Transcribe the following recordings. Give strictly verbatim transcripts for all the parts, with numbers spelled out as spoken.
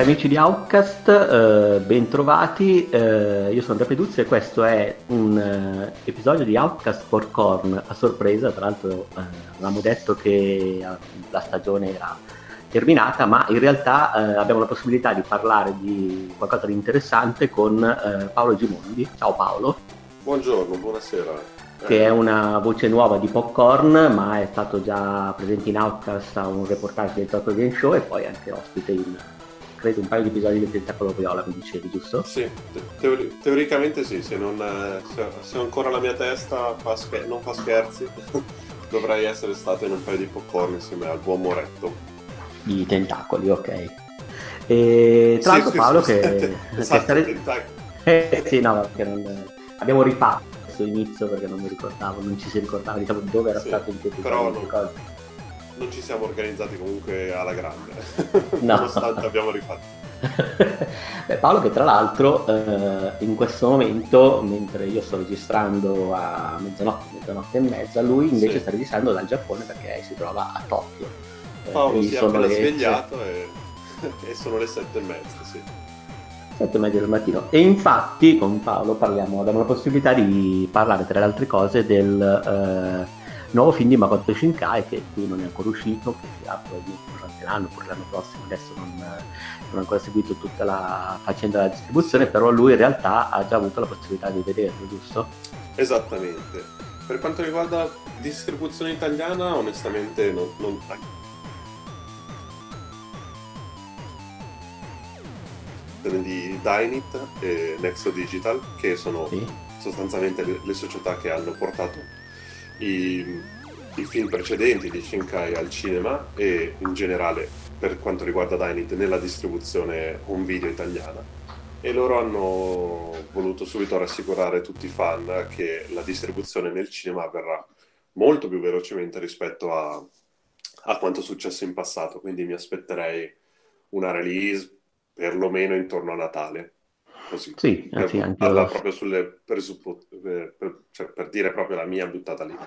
amici di Outcast, eh, ben trovati. Eh, io sono Andrea Peduzzi e questo è un eh, episodio di Outcast for Corn a sorpresa. Tra l'altro, eh, avevamo detto che eh, la stagione era terminata, ma in realtà eh, abbiamo la possibilità di parlare di qualcosa di interessante con eh, Paolo Gimondi. Ciao Paolo, Buongiorno, buonasera. che è Eh, una voce nuova di Popcorn, ma è stato già presente in Outcast a un reportage del Tokyo Game Show e poi anche ospite in, credo, un paio di episodi del Tentacolo Viola, mi dicevi, giusto? sì, te- teori- teoricamente sì, se, non, eh, se, se ancora la mia testa fa scher- non fa scherzi, dovrei essere stato in un paio di popcorn insieme al buon Moretto. I tentacoli, ok. E tra Sì, l'altro sì, Paolo scusate, che, che esatto, sare- tentacoli. eh, sì, no, perché non... abbiamo rifatto questo inizio perché non mi ricordavo, non ci si ricordava, diciamo, dove era Sì, stato in che però episodio, che non, cosa. non ci siamo organizzati comunque alla grande, No. nonostante abbiamo rifatto. Beh, Paolo che tra l'altro eh, in questo momento, mentre io sto registrando a mezzanotte, mezzanotte e mezza, lui invece Sì, sta registrando dal Giappone perché si trova a Tokyo. Eh, Paolo lì si è sono appena le se- svegliato e, e sono le sette e mezza, sì. sette e mezza del mattino. E infatti con Paolo parliamo, abbiamo la possibilità di parlare tra le altre cose del eh, nuovo film di Makoto Shinkai che qui non è ancora uscito, che uscirà probabilmente durante l'anno oppure l'anno prossimo, adesso non, non ho ancora seguito tutta la faccenda della distribuzione, Sì. però lui in realtà ha già avuto la possibilità di vederlo, giusto? Esattamente. Per quanto riguarda la distribuzione italiana, onestamente non, non- di Dynit e Nexo Digital, che sono Sì. sostanzialmente le, le società che hanno portato i, i film precedenti di Shinkai al cinema e in generale per quanto riguarda Dynit nella distribuzione home video italiana. E loro hanno voluto subito rassicurare tutti i fan che la distribuzione nel cinema avverrà molto più velocemente rispetto a, a quanto successo in passato, quindi mi aspetterei una release perlomeno intorno a Natale, così, Sì, per anzi anche io. buttarla proprio sulle presuppo- per, per- cioè, per dire proprio la mia buttata lì.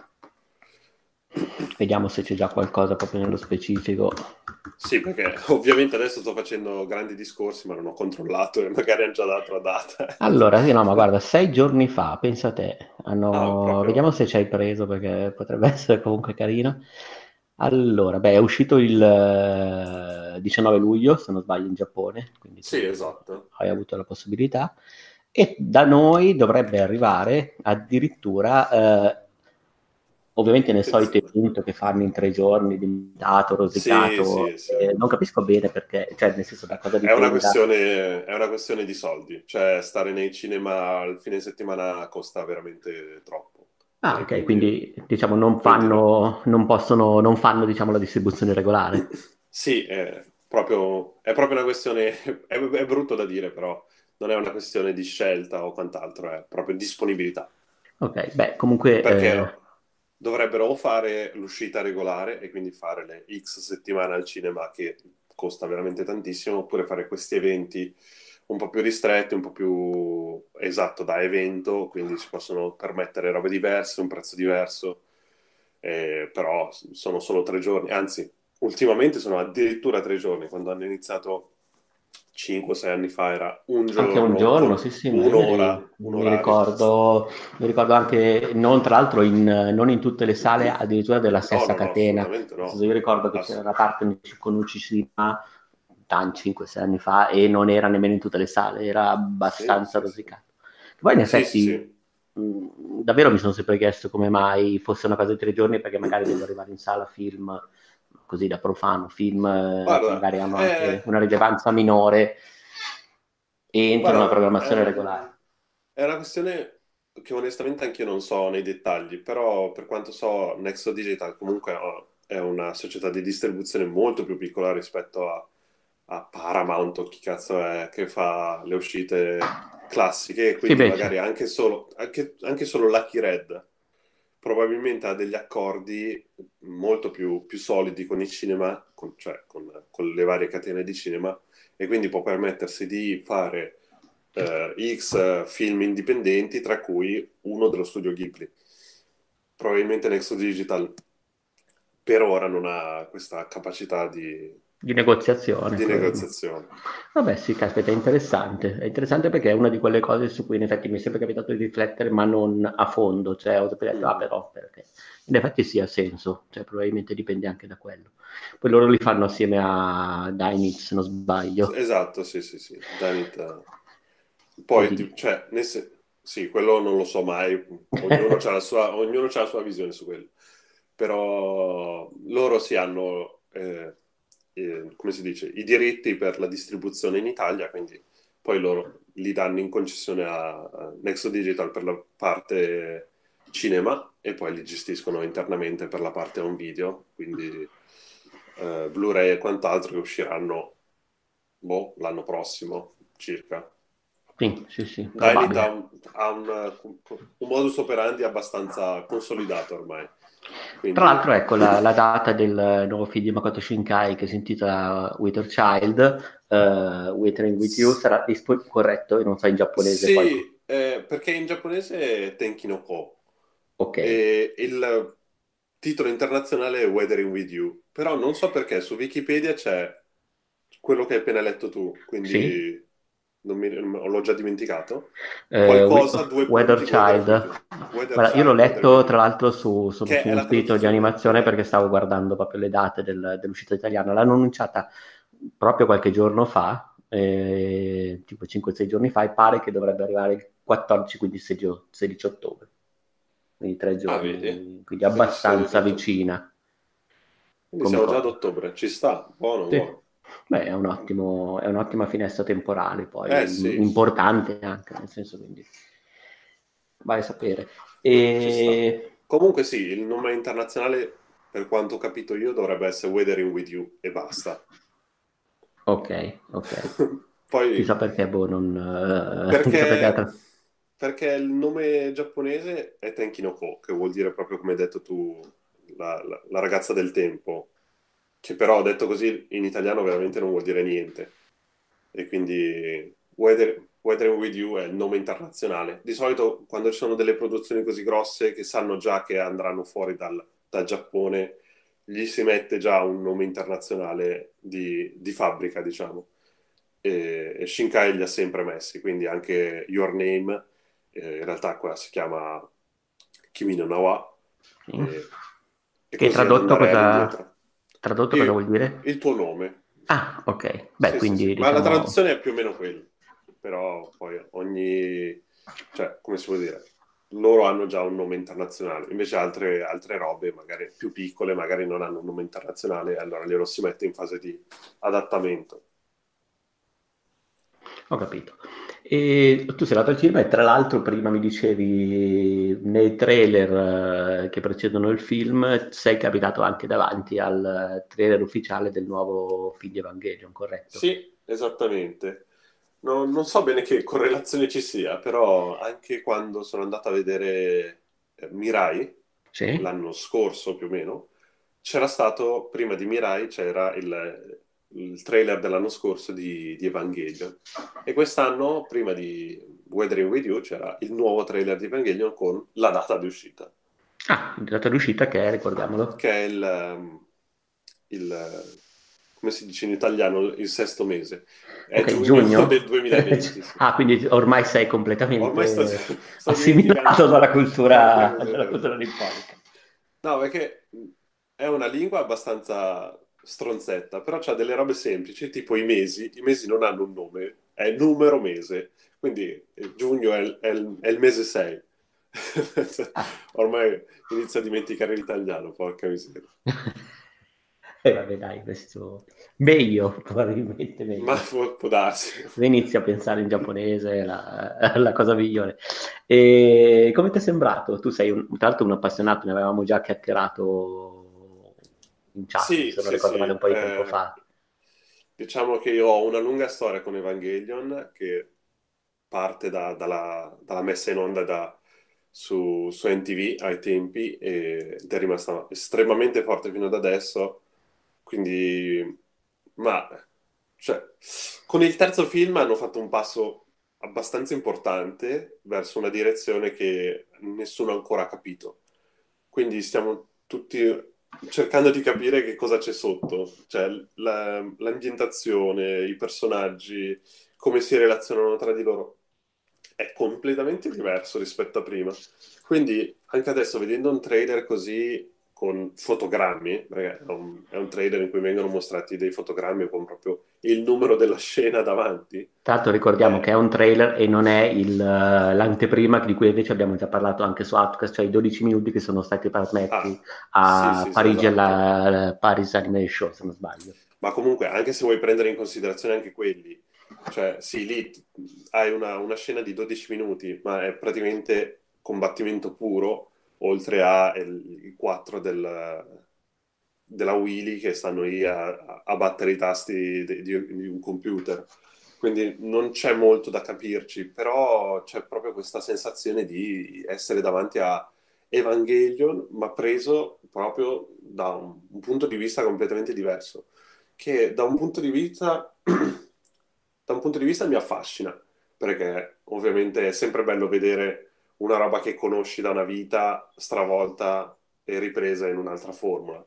Vediamo se c'è già qualcosa proprio nello specifico. Sì, perché ovviamente adesso sto facendo grandi discorsi, ma non ho controllato e magari hanno già dato la data. Allora, sì, no, ma guarda, sei giorni fa, pensa a te, Ah, hanno... vediamo proprio... se ci hai preso perché potrebbe essere comunque carino. Allora, beh, è uscito il eh, diciannove luglio, se non sbaglio, in Giappone, quindi Sì, tu esatto. hai avuto la possibilità. E da noi dovrebbe arrivare addirittura, eh, ovviamente nel solito Attenzione. evento che fanno in tre giorni, limitato, Sì, rosicato, sì, sì. eh, non capisco bene perché, cioè nel senso da cosa È una dipenda. questione, è una questione di soldi, cioè stare nei cinema il fine settimana costa veramente troppo. Ah, E ok, quindi, quindi diciamo non quindi no. fanno, non possono, non fanno diciamo la distribuzione regolare. Sì, è proprio, è proprio una questione, è, è brutto da dire, però non è una questione di scelta o quant'altro, è proprio disponibilità. Ok, beh, comunque, eh, Perché dovrebbero o fare l'uscita regolare e quindi fare le X settimane al cinema che costa veramente tantissimo, oppure fare questi eventi un po' più ristretti, un po' più esatto da evento, quindi si possono permettere robe diverse, un prezzo diverso, eh, però sono solo tre giorni, anzi, ultimamente sono addirittura tre giorni, quando hanno iniziato cinque sei anni fa era un anche un giorno giorno, con sì, sì, ma io mi, ri- un'ora, un mi orario. ricordo, mi ricordo anche, non tra l'altro in, non in tutte le sale, addirittura della No, stessa no, no, catena. assolutamente Nel senso, no. io ricordo che c'era Ass- una parte con U C Cinema, tanti cinque sei anni fa, e non era nemmeno in tutte le sale, era Sì, abbastanza sì, sì. rosicato. Poi in Sì, sì, effetti, sì. mh, davvero mi sono sempre chiesto come mai fosse una cosa di tre giorni, perché magari devo arrivare in sala film, così da profano, film eh, che Guarda, magari hanno anche è, una rilevanza minore e entrano nella guarda, programmazione è, regolare. è una questione che onestamente anch'io non so nei dettagli, però per quanto so, Nexo Digital comunque oh, è una società di distribuzione molto più piccola rispetto a, a Paramount o chi cazzo è che fa le uscite classiche, e Sì, quindi beh, c'è. magari anche solo, anche, anche solo Lucky Red probabilmente ha degli accordi molto più, più solidi con i cinema, con, cioè con, con le varie catene di cinema, e quindi può permettersi di fare eh, X film indipendenti, tra cui uno dello studio Ghibli. Probabilmente Nexo Digital per ora non ha questa capacità di, Di negoziazione, di quello. negoziazione. Vabbè, sì, caspita, è interessante. È interessante perché è una di quelle cose su cui in effetti mi è sempre capitato di riflettere, ma non a fondo. Cioè, ho sempre detto, ah, Mhm. però, perché? In effetti sì, ha senso. Cioè, probabilmente dipende anche da quello. Poi loro li fanno assieme a Dynit, se non sbaglio. Esatto, sì, sì, sì. Danit. O Poi, di... ti- cioè, nel sen- sì, quello non lo so mai, ognuno ha la sua, ognuno c'ha la sua visione su quello. Però loro si hanno, eh, eh, come si dice, i diritti per la distribuzione in Italia, quindi poi loro li danno in concessione a, a Nexo Digital per la parte cinema e poi li gestiscono internamente per la parte home video, quindi eh, Blu-ray e quant'altro che usciranno boh, l'anno prossimo circa. Sì, sì, sì, Dynit ha, probabile. un, ha un, un modus operandi abbastanza consolidato ormai, Tra quindi l'altro, ecco, la, la data del nuovo film di Makoto Shinkai che si intitola With Your Child, uh, Waiting With You, s- sarà dispo- corretto e non so in giapponese poi. sì, eh, perché in giapponese è Tenki no Ko Ok. e il titolo internazionale è Weathering With You, però non so perché su Wikipedia c'è quello che hai appena letto tu, Sì. quindi non mi- l'ho già dimenticato. Eh, We- Qualcosa, due Weather punti, Weathering With Child. You. Weather Guarda, io l'ho Child, Weathering With letto You. tra l'altro su, su- Che su è un la sito di traduzione, animazione perché corretto. stavo guardando proprio le date del- dell'uscita italiana. L'hanno annunciata proprio qualche giorno fa, eh, tipo cinque sei giorni fa, e pare che dovrebbe arrivare il quattordici, quindi sedici sedici ottobre, quindi tre Ah, vedi? giorni, quindi sedici sedici abbastanza ottobre. vicina Quindi come siamo già ad cosa. ottobre, ci sta, buono, Sì. buono. Beh, è un ottimo, è un'ottima finestra temporale, Eh poi sì, importante anche, nel senso quindi vai a sapere. ci sta. E... Comunque sì, il nome internazionale, per quanto ho capito io, dovrebbe essere Weathering With You e basta. Ok, ok. Poi, Chissà perché, boh, non... eh, chissà perché perché, altra... perché il nome giapponese è Tenki no Ko, che vuol dire proprio come hai detto tu, la, la- la ragazza del tempo, che però detto così in italiano veramente non vuol dire niente. E quindi Weather, Weathering With You è il nome internazionale. Di solito quando ci sono delle produzioni così grosse che sanno già che andranno fuori dal, dal Giappone, gli si mette già un nome internazionale di, di fabbrica, diciamo. E, e Shinkai li ha sempre messi, quindi anche Your Name, eh, in realtà qua si chiama Kimi no Na wa, Sì. e, e Che così ad tradotto andare cosa... all'indietro. Tradotto cosa vuol E dire? il tuo nome. Ah, ok. Beh, Sì, sì, sì, quindi ma la diciamo... traduzione è più o meno quella, però poi ogni, cioè, come si può dire, loro hanno già un nome internazionale, invece altre, altre robe, magari più piccole, magari non hanno un nome internazionale, e allora glielo si mette in fase di adattamento. Ho capito. E tu sei andato al cinema e tra l'altro prima mi dicevi nei trailer eh, che precedono il film sei capitato anche davanti al trailer ufficiale del nuovo film di Evangelion, corretto? Sì, esattamente. Non, non so bene che correlazione ci sia, però anche quando sono andato a vedere eh, Mirai, Sì? l'anno scorso più o meno, c'era stato, prima di Mirai, c'era il, il trailer dell'anno scorso di, di Evangelion. E quest'anno, prima di Weathering With You, c'era il nuovo trailer di Evangelion con la data di uscita, Ah, il data d'uscita che è, ricordiamolo. che è il, um, il, come si dice in italiano, il sesto mese. È Ok, giugno del giugno? duemilaventi, sì. Ah, quindi ormai sei Ormai sto, completamente sto assimilato dimenticando dalla quante cultura, cose. dalla cultura nipponica. No, perché è una lingua abbastanza stronzetta, però c'ha delle robe semplici, tipo i mesi. I mesi non hanno un nome, è numero mese. Quindi eh, giugno è il, è il- è il mese sei. Ah. Ormai inizio a dimenticare l'italiano, porca miseria. E vabbè, dai, questo meglio, probabilmente Ma meglio. può, può darsi. Inizi a pensare in giapponese, è la, è la cosa migliore. E come ti è sembrato? Tu sei un, tra l'altro un appassionato, ne avevamo già chiacchierato in chat, Sì, se non sì, ricordo male, un sì. po' di tempo eh, fa. diciamo che io ho una lunga storia con Evangelion che parte da- dalla, dalla messa in onda da- su, su M T V ai tempi e- ed è rimasta estremamente forte fino ad adesso. Quindi, ma, cioè, con il terzo film hanno fatto un passo abbastanza importante verso una direzione che nessuno ancora ha capito. Quindi stiamo tutti cercando di capire che cosa c'è sotto, cioè la- l'ambientazione, i personaggi, come si relazionano tra di loro. È completamente diverso rispetto a prima. Quindi anche adesso vedendo un trailer così con fotogrammi, perché è un, è un trailer in cui vengono mostrati dei fotogrammi con proprio il numero della scena davanti. Tra l'altro ricordiamo che eh, è un trailer e non è il, eh, l'anteprima di cui invece abbiamo già parlato anche su Outcast, cioè i dodici minuti che sono stati trasmessi ah, sì, a sì, sì, Parigi esatto. alla Paris Animation, se non sbaglio. Ma comunque, anche se vuoi prendere in considerazione anche quelli, cioè sì, lì t- hai una, una scena di dodici minuti, ma è praticamente combattimento puro, oltre a il- i quattro del- della Wily che stanno lì a, a battere i tasti di, di- di un computer. Quindi non c'è molto da capirci, però c'è proprio questa sensazione di essere davanti a Evangelion, ma preso proprio da un un punto di vista completamente diverso che da un punto di vista, da un punto di vista mi affascina, perché ovviamente è sempre bello vedere una roba che conosci da una vita stravolta e ripresa in un'altra formula.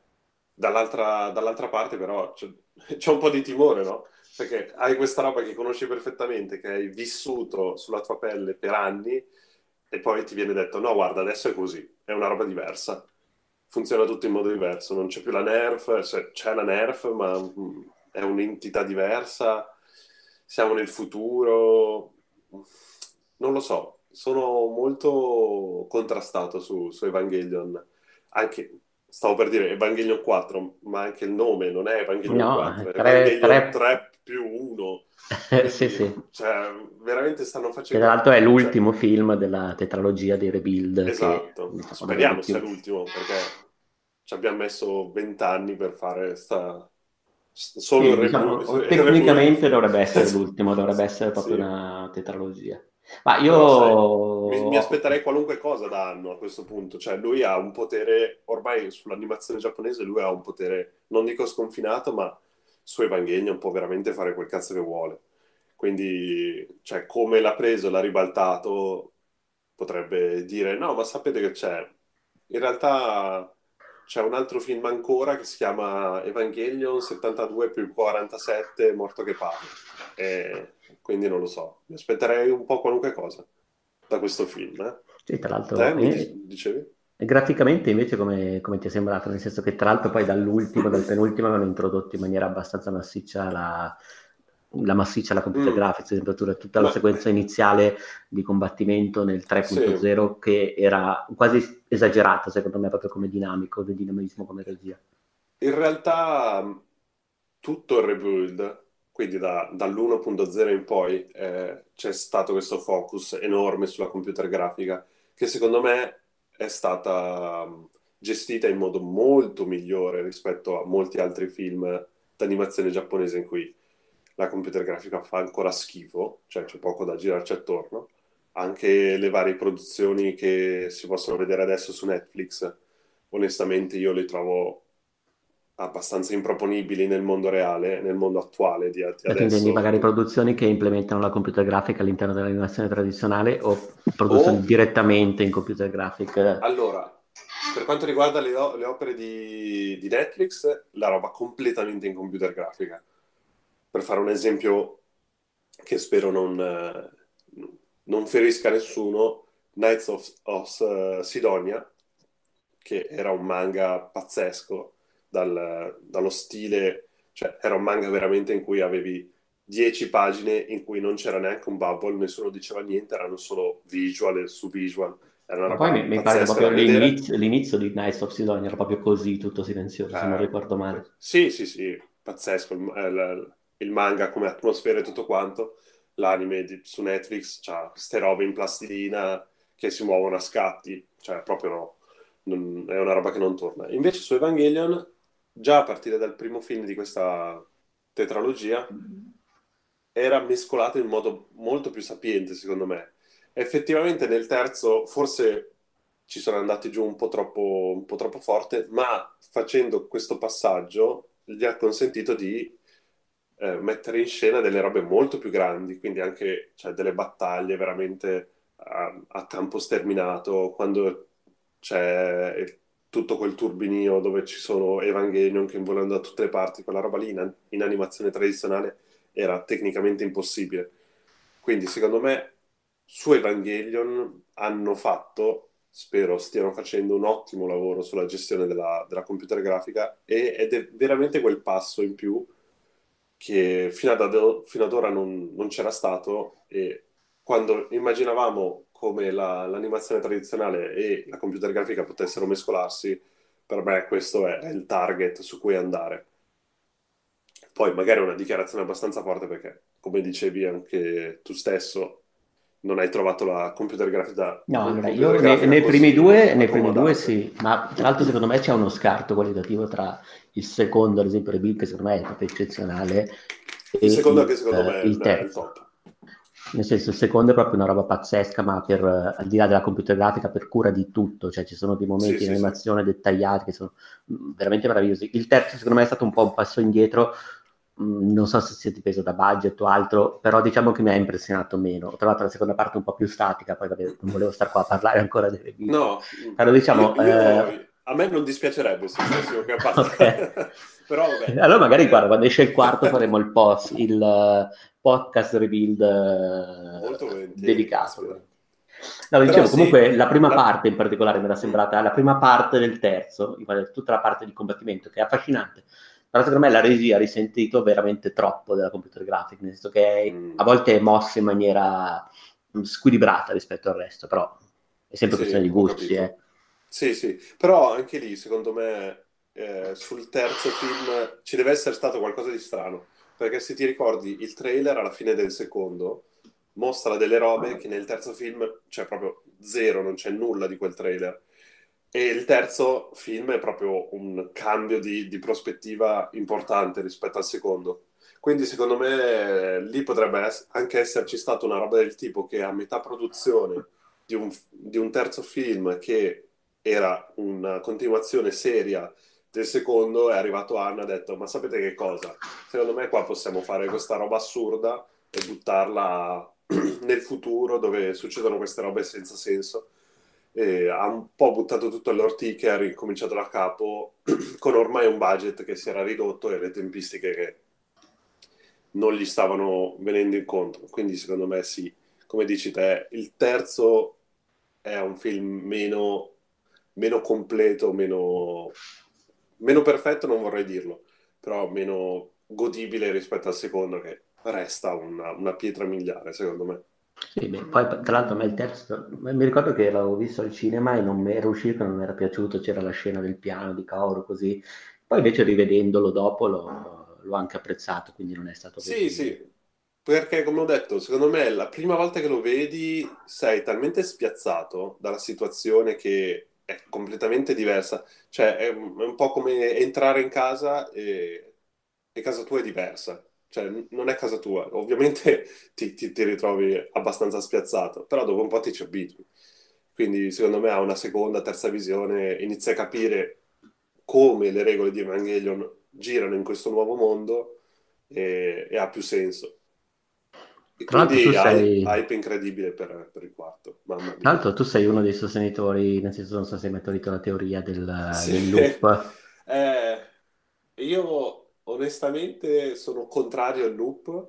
Dall'altra, dall'altra parte però c'è, c'è un po' di timore, no? Perché hai questa roba che conosci perfettamente, che hai vissuto sulla tua pelle per anni e poi ti viene detto no, guarda, adesso è così, è una roba diversa. Funziona tutto in modo diverso, non c'è più la nerf, cioè, c'è la nerf, ma mm, è un'entità diversa, siamo nel futuro, non lo so, sono molto contrastato su, su Evangelion, anche, stavo per dire Evangelion quattro, ma anche il nome non è Evangelion No, quattro, è tre, Evangelion tre... tre più uno, sì, quindi sì. cioè, veramente stanno Che tra facendo... l'altro è Cioè, l'ultimo film della tetralogia dei Rebuild che esatto, diciamo dovrebbe speriamo sia chiudere. l'ultimo perché ci abbiamo messo vent'anni per fare sta... s- solo il Sì, rebu- diciamo, il rebuild. tecnicamente dovrebbe essere l'ultimo, dovrebbe essere proprio Sì, una tetralogia. Ma però sai, mi, mi io... aspetterei qualunque cosa da Anno a questo punto, cioè lui ha un potere, ormai sull'animazione giapponese lui ha un potere, non dico sconfinato, ma su Evangelion può veramente fare quel cazzo che vuole. Quindi, cioè, come l'ha preso, l'ha ribaltato, potrebbe dire, no, ma sapete che c'è? In realtà c'è un altro film ancora che si chiama Evangelion settantadue più quarantasette, morto che pare. E quindi non lo so, mi aspetterei un po' qualunque cosa da questo film. Eh? Sì, tra l'altro, Te mi eh, dic- dicevi? e graficamente invece come, come ti è sembrato? Nel senso che tra l'altro poi dall'ultimo, dal penultimo avevano introdotto in maniera abbastanza massiccia la, la massiccia la computer Mm, graphics, ad esempio tutta tutta la ma sequenza iniziale di combattimento nel sì, tre punto zero che era quasi esagerata secondo me proprio come dinamico, di dinamismo come regia. in realtà mh, tutto il rebuild, quindi da- dall'uno punto zero in poi, eh, c'è stato questo focus enorme sulla computer grafica, che secondo me è stata mh, gestita in modo molto migliore rispetto a molti altri film d'animazione giapponese in cui la computer grafica fa ancora schifo, cioè c'è poco da girarci attorno. Anche le varie produzioni che si possono vedere adesso su Netflix, onestamente io le trovo abbastanza improponibili nel mondo reale, nel mondo attuale di, di Perché intendi adesso. magari produzioni che implementano la computer grafica all'interno dell'animazione tradizionale o produzioni O direttamente in computer graphic? allora, per quanto riguarda le, o- le opere di, di Netflix, la roba completamente in computer grafica. Per fare un esempio che spero non, eh, non ferisca nessuno, Knights of, of, eh, Sidonia, che era un manga pazzesco dal- dallo stile, cioè era un manga veramente in cui avevi dieci pagine in cui non c'era neanche un bubble, nessuno diceva niente, erano solo visual su visual, era una Ma poi mi, roba mi pare che pazzesca proprio da vedere. l'inizio, l'inizio di Knights of Sidonia era proprio così, tutto silenzioso, se non Cioè, ricordo male. sì, sì, sì, pazzesco, il, il- il manga come atmosfera e tutto quanto, l'anime di- su Netflix c'ha ste robe in plastilina che si muovono a scatti, cioè proprio no, non- è una roba che non torna. Invece su Evangelion, già a partire dal primo film di questa tetralogia, era mescolato in modo molto più sapiente, secondo me. Effettivamente nel terzo forse ci sono andati giù un po' troppo, un po' troppo forte, ma facendo questo passaggio gli ha consentito di eh, mettere in scena delle robe molto più grandi, quindi anche cioè, delle battaglie veramente a, a campo sterminato, quando c'è tutto quel turbinio dove ci sono Evangelion che volano da tutte le parti, quella roba lì in, in animazione tradizionale era tecnicamente impossibile. Quindi secondo me su Evangelion hanno fatto, spero stiano facendo un ottimo lavoro sulla gestione della, della computer grafica e- ed è veramente quel passo in più che fino ad, ado- fino ad ora non, non c'era stato e quando immaginavamo come la- l'animazione tradizionale e la computer grafica potessero mescolarsi, per me questo è, è il target su cui andare. Poi magari è una dichiarazione abbastanza forte perché, come dicevi anche tu stesso, non hai trovato la computer grafica, No, allora computer io nei, grafica nei primi così due, nei primi due accomodante. sì, ma tra l'altro secondo me c'è uno scarto qualitativo tra il secondo, ad esempio Rebuild, che secondo me è proprio eccezionale, Il e secondo il, che secondo me eh, è il, il è il terzo. top. Nel senso, il secondo è proprio una roba pazzesca, ma per, eh, al di là della computer grafica, per cura di tutto, cioè ci sono dei Sì, momenti in sì, sì. animazione dettagliati che sono mm, veramente meravigliosi. Il terzo secondo me è stato un po' un passo indietro, mm, non so se sia dipeso da budget o altro, però diciamo che mi ha impressionato meno. Ho trovato la seconda parte un po' più statica, poi vabbè, non volevo star qua a parlare ancora delle build, No, però io, diciamo... eh, io- a me non dispiacerebbe se stessimo qui a ok. parlare, però vabbè, Allora magari guarda, eh, quando esce il quarto faremo il post, il eh, podcast rebuild molto eh, volentieri, dedicato. caspita. No, Però dicevo, sì, comunque la prima la... parte in particolare mi era mm, sembrata, la prima parte del terzo, tutta la parte di combattimento, che è affascinante, però secondo me la regia ha risentito veramente troppo della computer graphic, nel senso che a mm, volte è mossa in maniera mm, squilibrata rispetto al resto, però è sempre questione sì, di ho gusti, eh. capito. Sì, sì, però anche lì, secondo me, eh, sul terzo film ci deve essere stato qualcosa di strano, perché se ti ricordi, il trailer alla fine del secondo mostra delle robe che nel terzo film c'è proprio zero, non c'è nulla di quel trailer. E il terzo film è proprio un cambio di, di prospettiva importante rispetto al secondo. Quindi secondo me eh, lì potrebbe ess- anche esserci stata una roba del tipo che a metà produzione di un, di un terzo film che era una continuazione seria del secondo, è arrivato Anna e ha detto: Ma sapete che cosa? Secondo me qua possiamo fare questa roba assurda e buttarla nel futuro dove succedono queste robe senza senso. E ha un po' buttato tutto all'ortiche, ha ricominciato da capo con ormai un budget che si era ridotto e le tempistiche che non gli stavano venendo incontro. Quindi secondo me sì, come dici te, il terzo è un film meno, meno completo, meno, meno perfetto, non vorrei dirlo, però meno godibile rispetto al secondo che resta una, una pietra miliare, secondo me. Sì, beh, poi tra l'altro a me il terzo, mi ricordo che l'avevo visto al cinema e non mi era uscito, non mi era piaciuto, c'era la scena del piano di Kaoru così, poi invece rivedendolo dopo l'ho, l'ho anche apprezzato, quindi non è stato Sì, così... sì, perché come ho detto, secondo me la prima volta che lo vedi sei talmente spiazzato dalla situazione che è completamente diversa. Cioè, è un, è un po' come entrare in casa e, e casa tua è diversa. Cioè, n- non è casa tua. Ovviamente ti, ti- ti ritrovi abbastanza spiazzato, però dopo un po' ti ci abitui. Quindi, secondo me, a una seconda, terza visione inizi a capire come le regole di Evangelion girano in questo nuovo mondo e, e ha più senso. E Tra l'altro tu quindi hype, sei, hype incredibile per, per il quarto, mamma tra mia. l'altro tu sei uno dei sostenitori, nel senso non so se hai mai capito la teoria del, Sì. del loop, Eh, io onestamente sono contrario al loop,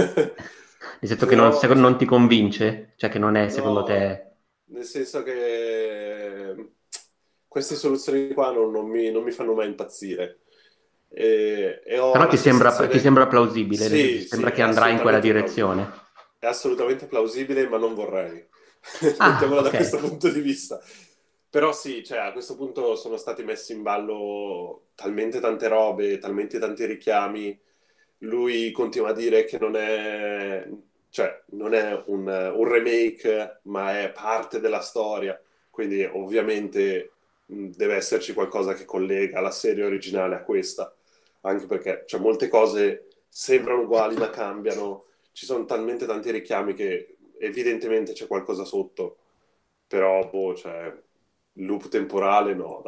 nel senso che non, però secondo- non cioè, ti convince, cioè che non è secondo no, te... nel senso che queste soluzioni qua non, non mi, non mi fanno mai impazzire. E, e ho Però la ti sembra, ti sensazione, sembra plausibile, nel senso ti sì, sembra sì, che è andrà in quella assolutamente plausibile. direzione. È assolutamente plausibile, ma non vorrei. Ah, Mettiamola da ok. questo punto di vista. Però sì, cioè, a questo punto sono stati messi in ballo talmente tante robe, talmente tanti richiami. Lui continua a dire che non è, cioè, non è un, un remake, ma è parte della storia. Quindi ovviamente mh, deve esserci qualcosa che collega la serie originale a questa, anche perché cioè, molte cose sembrano uguali ma cambiano, ci sono talmente tanti richiami che evidentemente c'è qualcosa sotto, però boh, cioè, loop temporale no, dai.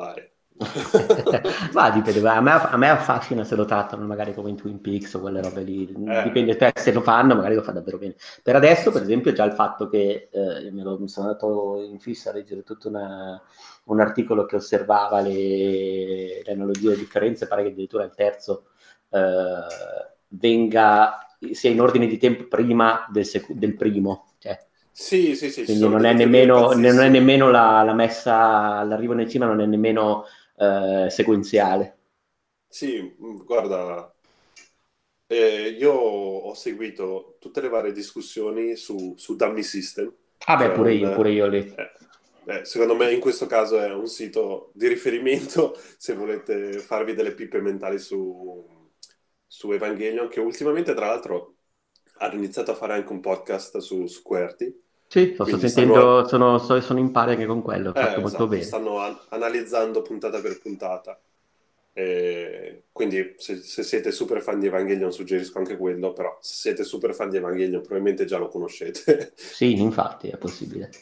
Ma dipende, a me, a me affascina se lo trattano magari come in Twin Peaks o quelle robe lì, Eh, dipende te, se lo fanno magari lo fa davvero bene. Per adesso, per esempio, già il fatto che eh, me lo- mi sono andato in fissa a leggere tutto una- un articolo che osservava le, le analogie e le differenze, pare che addirittura il terzo eh, venga, sia in ordine di tempo prima del, secu- del primo, cioè, sì, sì, sì, ci quindi sono non è delle teorie nemmeno, non è pazzissime. nemmeno la, la messa, l'arrivo nel cima non è nemmeno eh, sequenziale. Sì, mh, guarda, eh, io ho seguito tutte le varie discussioni su, su Dummy System, Ah che beh, è pure un, io, pure io lì. eh, eh, secondo me in questo caso è un sito di riferimento se volete farvi delle pippe mentali su, su Evangelion, che ultimamente tra l'altro hanno iniziato a fare anche un podcast su, su QWERTY, Sì, lo sto quindi stanno, sentendo, sono, so- sono in pari anche con quello, fatto eh, molto esatto, bene. stanno an- analizzando puntata per puntata. E quindi se, se siete super fan di Evangelion suggerisco anche quello, però se siete super fan di Evangelion probabilmente già lo conoscete. Sì, infatti è possibile.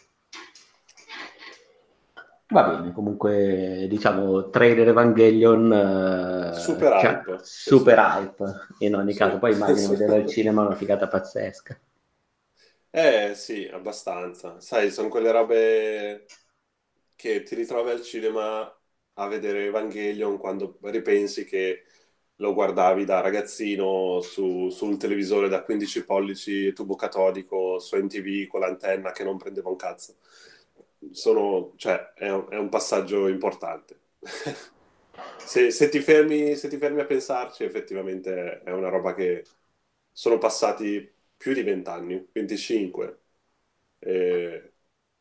Va bene, comunque diciamo trailer Evangelion, eh, Super cioè, hype, sì sì. super hype in ogni Sì. caso, poi immagino vederlo al cinema è una figata pazzesca. Eh sì, abbastanza. Sai, sono quelle robe che ti ritrovi al cinema a vedere Evangelion quando ripensi che lo guardavi da ragazzino su, sul televisore da quindici pollici tubo catodico su M T V con l'antenna che non prendeva un cazzo. Sono, cioè, è un, è un passaggio importante. Se, se ti fermi, se ti fermi a pensarci, effettivamente è una roba che sono passati più di venti anni, venticinque, e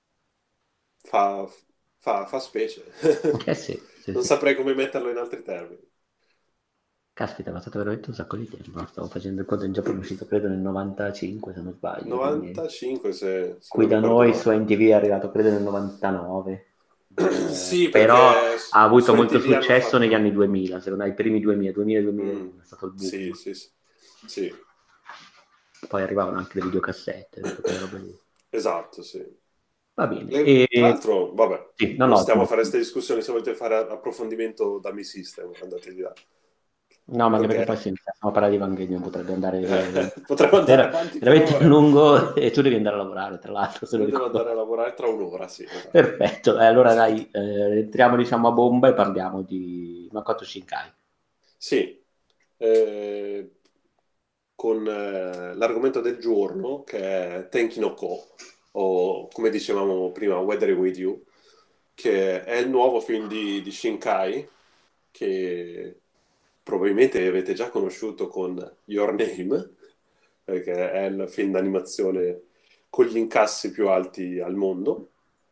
fa, fa, fa specie. Eh sì, sì, Non sì. saprei come metterlo in altri termini. Caspita, è passato veramente un sacco di tempo, no? Stavo facendo il conto in Giappone, è uscito credo nel novantacinque se non sbaglio, quindi novantacinque se, se qui non da ricordo noi su male. M T V è arrivato credo nel novantanove. Eh, Sì, però perché ha avuto su molto M T V hanno successo negli anni fatto... duemila, secondo me, i primi duemila, Mm, duemila-duemilauno è stato il sì, boom. sì, sì. Sì. Poi arrivavano anche le videocassette, tutte quelle robe lì. Esatto, sì. Va bene. Le- Tra E... l'altro, vabbè, Sì, no, non no, stiamo a tu- fare queste discussioni, se volete fare approfondimento dammi system, andate di là. no, ma anche perché poi Perché se iniziamo a parlare di Evangelion potrebbe andare eh, potremmo andare vera- avanti per veramente a ore. lungo e tu devi andare a lavorare, tra l'altro, se lo Io devo andare a ricordo. lavorare tra un'ora, sì, esatto. Perfetto, eh, allora dai, eh, entriamo diciamo a bomba e parliamo di Makoto Shinkai. Sì, eh, con eh, l'argomento del giorno che è Tenki no Ko, o come dicevamo prima, Weather With You, che è il nuovo film di, di Shinkai, che probabilmente avete già conosciuto con Your Name, perché è il film d'animazione con gli incassi più alti al mondo.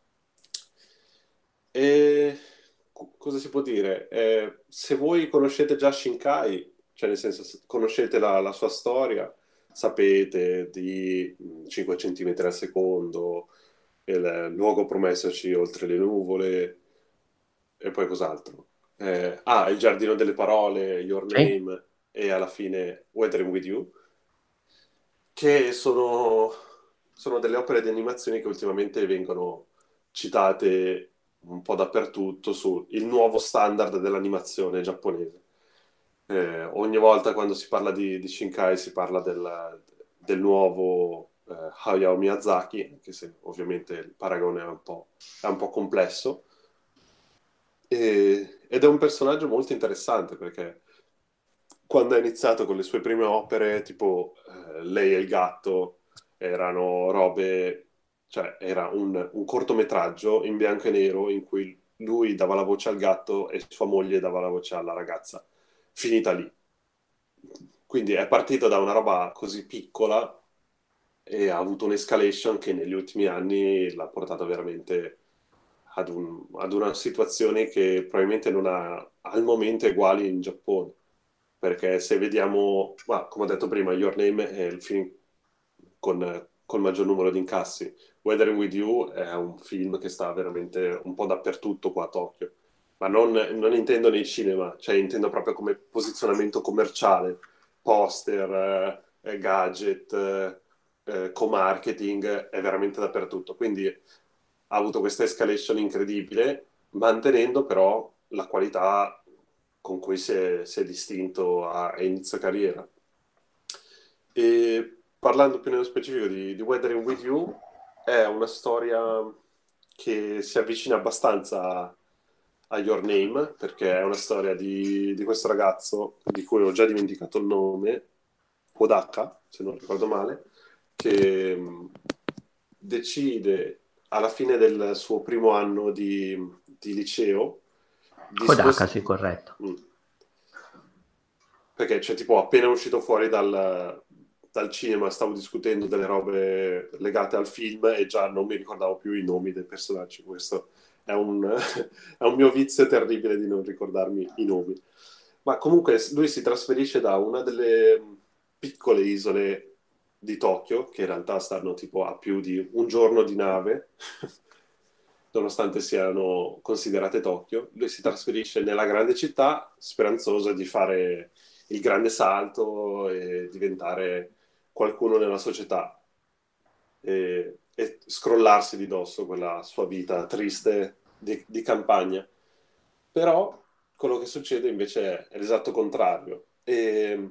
E co- cosa si può dire? Eh, se voi conoscete già Shinkai, cioè nel senso se conoscete la, la sua storia, sapete di mh, cinque centimetri al secondo, il luogo promessoci oltre le nuvole, e poi cos'altro? Eh, ah, il giardino delle parole, Your Sì? Name, e alla fine Weathering With You, che sono, sono delle opere di animazione che ultimamente vengono citate un po' dappertutto sul nuovo standard dell'animazione giapponese. Eh, ogni volta quando si parla di, di Shinkai si parla del, del nuovo eh, Hayao Miyazaki, anche se ovviamente il paragone è un po', è un po' complesso. E- ed è un personaggio molto interessante perché quando ha iniziato con le sue prime opere, tipo eh, Lei e il gatto, erano robe, cioè era un, un cortometraggio in bianco e nero in cui lui dava la voce al gatto e sua moglie dava la voce alla ragazza. Finita lì. Quindi è partito da una roba così piccola e ha avuto un'escalation che negli ultimi anni l'ha portata veramente ad, un- ad una situazione che probabilmente non ha al momento uguali in Giappone. Perché se vediamo, ma, come ho detto prima, Your Name è il film con col maggior numero di incassi. Weathering With You è un film che sta veramente un po' dappertutto qua a Tokyo, ma non, non intendo nei cinema, cioè intendo proprio come posizionamento commerciale, poster, eh, eh, gadget, eh, eh, co-marketing, è veramente dappertutto. Quindi ha avuto questa escalation incredibile, mantenendo però la qualità con cui si è, si è distinto a, a inizio carriera. E parlando più nello specifico di, di Weathering with You, è una storia che si avvicina abbastanza a, a Your Name, perché è una storia di, di questo ragazzo, di cui ho già dimenticato il nome, Hodaka, se non ricordo male, che mh, decide alla fine del suo primo anno di, di liceo di Kodaka, spost- sì, corretto. Mm. Perché, cioè, tipo, appena uscito fuori dal, dal cinema stavo discutendo delle robe legate al film e già non mi ricordavo più i nomi dei personaggi. Questo è un, è un mio vizio terribile di non ricordarmi i nomi. Ma comunque lui si trasferisce da una delle piccole isole di Tokyo, che in realtà stanno tipo a più di un giorno di nave, nonostante siano considerate Tokyo. Lui si trasferisce nella grande città, speranzoso di fare il grande salto e diventare qualcuno nella società e, e scrollarsi di dosso quella sua vita triste di, di campagna. Però quello che succede invece è l'esatto contrario. E,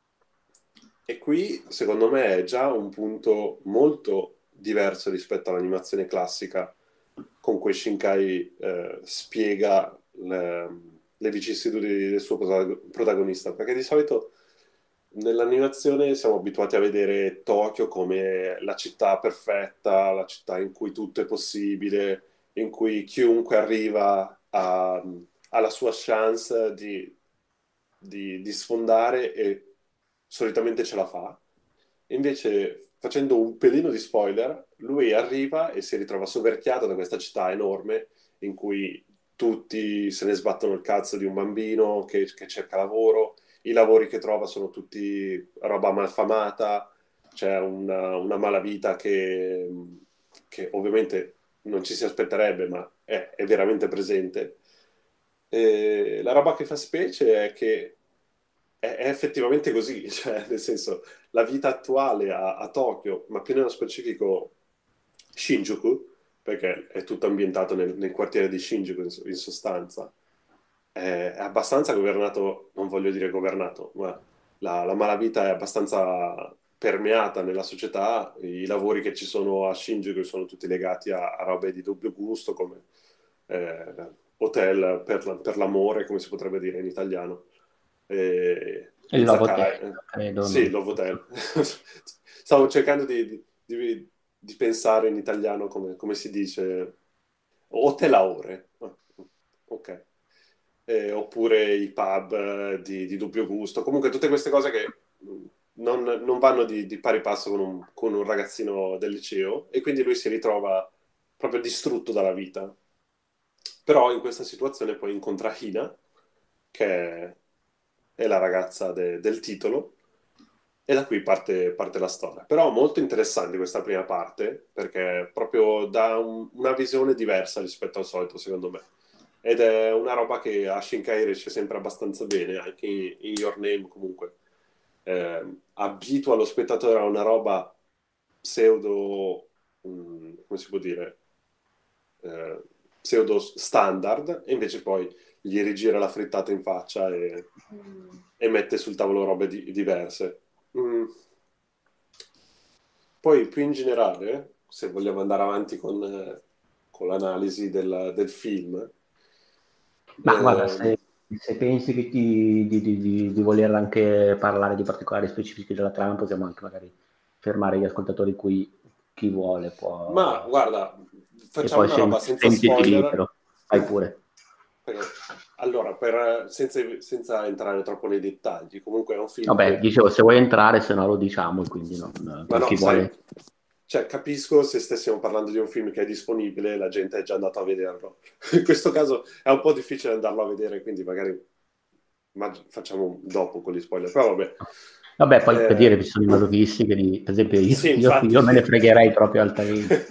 e qui, secondo me, è già un punto molto diverso rispetto all'animazione classica con cui Shinkai eh, spiega le, le vicissitudini del suo protagonista, perché di solito nell'animazione siamo abituati a vedere Tokyo come la città perfetta, la città in cui tutto è possibile, in cui chiunque arriva a- alla sua chance di, di- di sfondare e solitamente ce la fa. Invece, facendo un pelino di spoiler, lui arriva e si ritrova soverchiato da questa città enorme in cui tutti se ne sbattono il cazzo di un bambino che, che cerca lavoro, i lavori che trova sono tutti roba malfamata, c'è una, una malavita che, che ovviamente non ci si aspetterebbe, ma è, è veramente presente. E la roba che fa specie è che è, è effettivamente così, cioè nel senso la vita attuale a, a Tokyo, ma più nello specifico Shinjuku, perché è tutto ambientato nel, nel quartiere di Shinjuku in, in sostanza, è, è abbastanza governato, non voglio dire governato, ma la, la malavita è abbastanza permeata nella società, i lavori che ci sono a Shinjuku sono tutti legati a, a robe di dubbio gusto, come eh, hotel per, la- per l'amore, come si potrebbe dire in italiano, e, Il izakaya, Lovotel, eh, credo. sì, Non... Novotel. Stavo cercando di, di- di- di pensare in italiano come, come si dice, hotelaore. Ah, ok. Eh, oppure i pub eh, di, di dubbio gusto. Comunque tutte queste cose che mh, non, non vanno di, di pari passo con un, con un ragazzino del liceo e quindi lui si ritrova proprio distrutto dalla vita. Però in questa situazione poi incontra Hina, che è, è la ragazza de- del titolo, e da qui parte, parte la storia. Però molto interessante questa prima parte, perché proprio dà un- una visione diversa rispetto al solito, secondo me. Ed è una roba che a Shinkai riesce sempre abbastanza bene, anche in, in Your Name comunque. Eh, abitua lo spettatore a una roba pseudo, mm, come si può dire, eh, pseudo standard, e invece poi gli rigira la frittata in faccia e, e mette sul tavolo robe di- diverse. Mm. Poi più in generale, se vogliamo andare avanti con, eh, con l'analisi del, del film, Ma guarda, ehm, se, se pensi che ti- di, di- di- di voler anche parlare di particolari specifici della trama, possiamo anche magari fermare gli ascoltatori qui, chi vuole ma può... guarda, E facciamo poi una sen- roba senza sentiti spoiler. libero, fai pure. Perché- allora, per- senza, senza entrare troppo nei dettagli, comunque è un film Vabbè, che, dicevo, se vuoi entrare, se no lo diciamo, e quindi non, ma per no, chi sai, vuole... cioè, capisco se stessimo parlando di un film che è disponibile, la gente è già andata a vederlo. In questo caso è un po' difficile andarlo a vedere, quindi magari ma- facciamo dopo con gli spoiler. Però vabbè. Vabbè, poi per dire Eh, che ci sono i masochisti che, di, per esempio, io, sì, io, infatti. io me ne fregherei proprio altamente.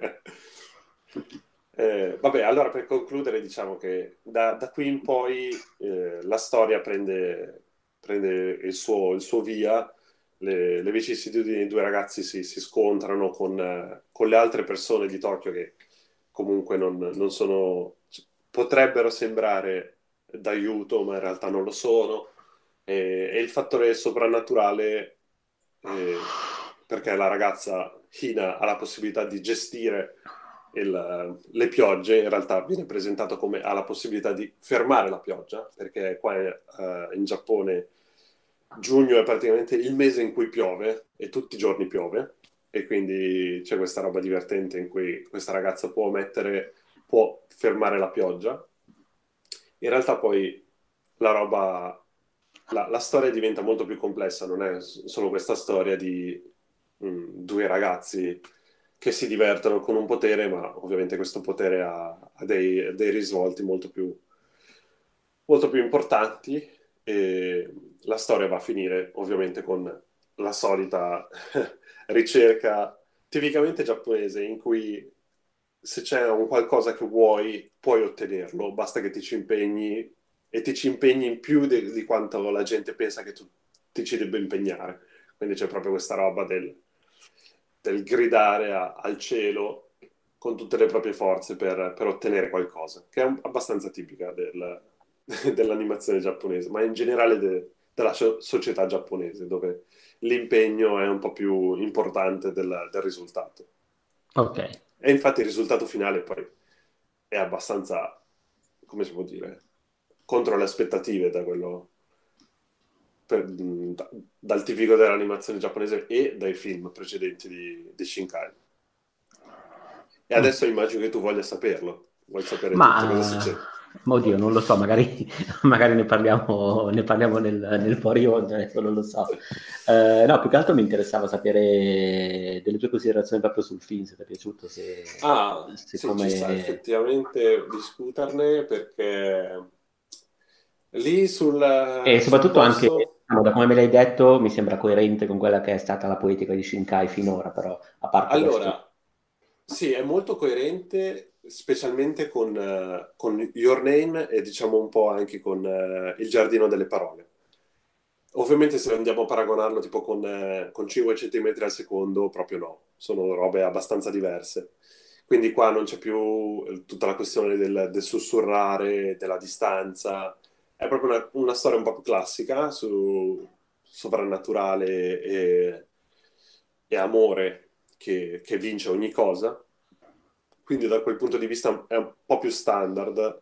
Eh, vabbè, allora per concludere, diciamo che da, da qui in poi eh, la storia prende, prende il suo, il suo via, le, le vicissitudini dei due ragazzi si, si scontrano con, eh, con le altre persone di Tokyo che comunque non, non sono, potrebbero sembrare d'aiuto, ma in realtà non lo sono. E, e il fattore soprannaturale, eh, perché la ragazza Hina ha la possibilità di gestire il- le piogge, in realtà viene presentato come ha la possibilità di fermare la pioggia, perché qua eh, in Giappone giugno è praticamente il mese in cui piove e tutti i giorni piove, e quindi c'è questa roba divertente in cui questa ragazza può mettere, può fermare la pioggia. In realtà poi la roba, la, la storia diventa molto più complessa, non è s- solo questa storia di mm, due ragazzi che si divertono con un potere, ma ovviamente questo potere ha, ha dei, dei risvolti molto più, molto più importanti, e la storia va a finire ovviamente con la solita ricerca tipicamente giapponese in cui se c'è un qualcosa che vuoi puoi ottenerlo, basta che ti ci impegni e ti ci impegni in più de- di quanto la gente pensa che tu ti ci debba impegnare. Quindi c'è proprio questa roba del, del gridare a- al cielo con tutte le proprie forze per, per ottenere qualcosa, che è un- abbastanza tipica del- dell'animazione giapponese, ma in generale de- della so- società giapponese, dove l'impegno è un po' più importante del, del risultato. Ok. E infatti il risultato finale poi è abbastanza, come si può dire, contro le aspettative da quello, per- da- dal tipico dell'animazione giapponese e dai film precedenti di, di Shinkai. E Mm. adesso immagino che tu voglia saperlo, vuoi sapere tutto cosa Ma, succede. ma oddio, non lo so, magari, magari ne parliamo, ne parliamo nel, nel fuori onda, adesso non lo so. Eh, no, più che altro mi interessava sapere delle tue considerazioni proprio sul film, se ti è piaciuto, se, Ah, se sì, ci sta come... effettivamente discuterne perché lì sul, E sul soprattutto anche, posto. diciamo, da come me l'hai detto, mi sembra coerente con quella che è stata la poetica di Shinkai finora, però, a parte questo... Allora, sì, è molto coerente, specialmente con, eh, con Your Name e diciamo un po' anche con eh, Il Giardino delle Parole. Ovviamente se andiamo a paragonarlo tipo con, eh, con cinque centimetri al secondo, proprio no, sono robe abbastanza diverse. Quindi qua non c'è più eh, tutta la questione del, del sussurrare, della distanza, è proprio una, una storia un po' più classica su sovrannaturale e, e amore che, che vince ogni cosa. Quindi da quel punto di vista è un po' più standard,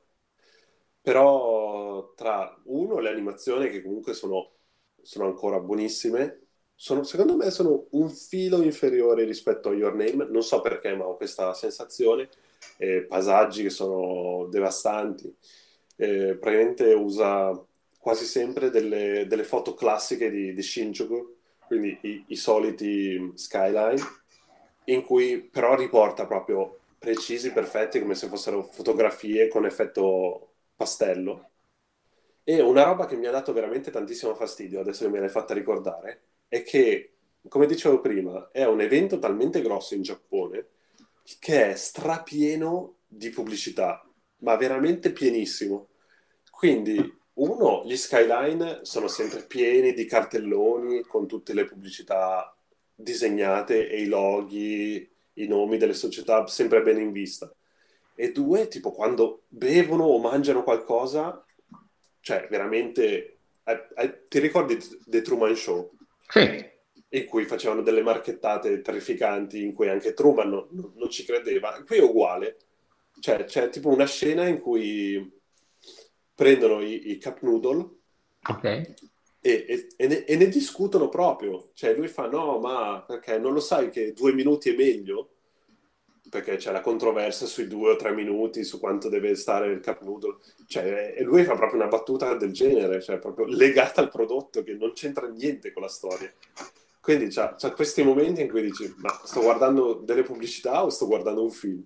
però tra uno le animazioni che comunque sono, sono ancora buonissime, sono- secondo me sono un filo inferiori rispetto a Your Name, non so perché, ma ho questa sensazione, e paesaggi che sono devastanti. Eh, praticamente usa quasi sempre delle, delle foto classiche di, di Shinjuku, quindi i, i soliti skyline, in cui però riporta proprio precisi, perfetti, come se fossero fotografie con effetto pastello. E una roba che mi ha dato veramente tantissimo fastidio, adesso che me l'hai fatta ricordare, è che, come dicevo prima, è un evento talmente grosso in Giappone che è strapieno di pubblicità, ma veramente pienissimo. Quindi, uno, gli skyline sono sempre pieni di cartelloni con tutte le pubblicità disegnate e i loghi, i nomi delle società sempre bene in vista. E due, tipo quando bevono o mangiano qualcosa, cioè veramente... eh, eh, ti ricordi The Truman Show? Sì, In cui facevano delle marchettate terrificanti, in cui anche Truman non, non- non ci credeva. Qui è uguale. Cioè, c'è tipo una scena in cui prendono i, i cup noodle ok. e, e- e ne, e ne discutono proprio. Cioè, lui fa: no, ma perché non lo sai che due minuti è meglio? Perché c'è la controversia sui due o tre minuti, su quanto deve stare il cup noodle. Cioè, e lui fa proprio una battuta del genere, cioè proprio legata al prodotto, che non c'entra niente con la storia. Quindi c'ha, c'ha questi momenti in cui dici: ma sto guardando delle pubblicità o sto guardando un film?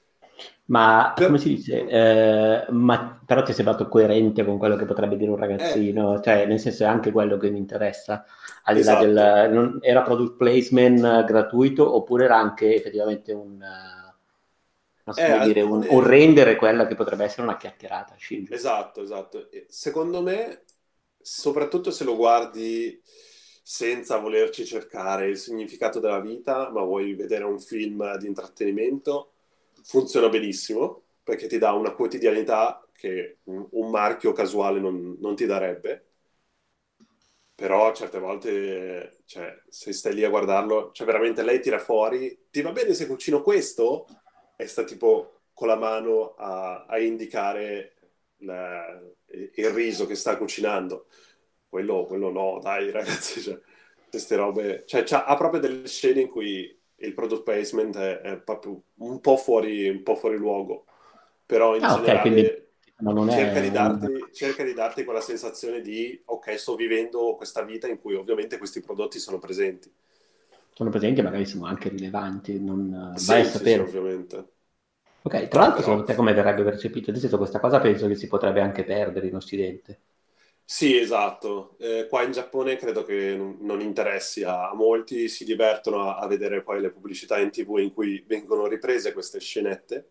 Ma come Per- si dice? Eh, ma però ti è sembrato coerente con quello che potrebbe dire un eh, ragazzino? Cioè, nel senso è anche quello che mi interessa, al di là esatto. del... non- era product placement eh, gratuito oppure era anche effettivamente un, eh, non so Eh, come dire, un, un alcune... rendere quella che potrebbe essere una chiacchierata, Shinjuku. Esatto, esatto. E secondo me, soprattutto se lo guardi senza volerci cercare il significato della vita, ma vuoi vedere un film di intrattenimento, funziona benissimo, perché ti dà una quotidianità che un, un marchio casuale non, non ti darebbe. Però certe volte, cioè, se stai lì a guardarlo, cioè veramente lei tira fuori, ti va bene se cucino questo? E sta tipo con la mano a, a indicare la- il riso che sta cucinando. Quello, quello no, dai ragazzi, cioè, queste robe... Cioè, c'ha- ha proprio delle scene in cui il product placement è, è proprio un po' fuori, un po' fuori luogo. Però in Ah, ok, quindi generale ma non cerca è di un... darti, cerca di darti quella sensazione di ok, sto vivendo questa vita in cui ovviamente questi prodotti sono presenti. sono presenti, magari sono anche rilevanti, non eh, vai a Sì, sì, sì, sapere. ovviamente. Ok, tra No, l'altro però secondo te come verrebbe percepito? Nel senso, questa cosa penso che si potrebbe anche perdere in Occidente. sì, esatto. Eh, qua in Giappone credo che non, non interessi a, a molti, si divertono a, a vedere poi le pubblicità in T V in cui vengono riprese queste scenette.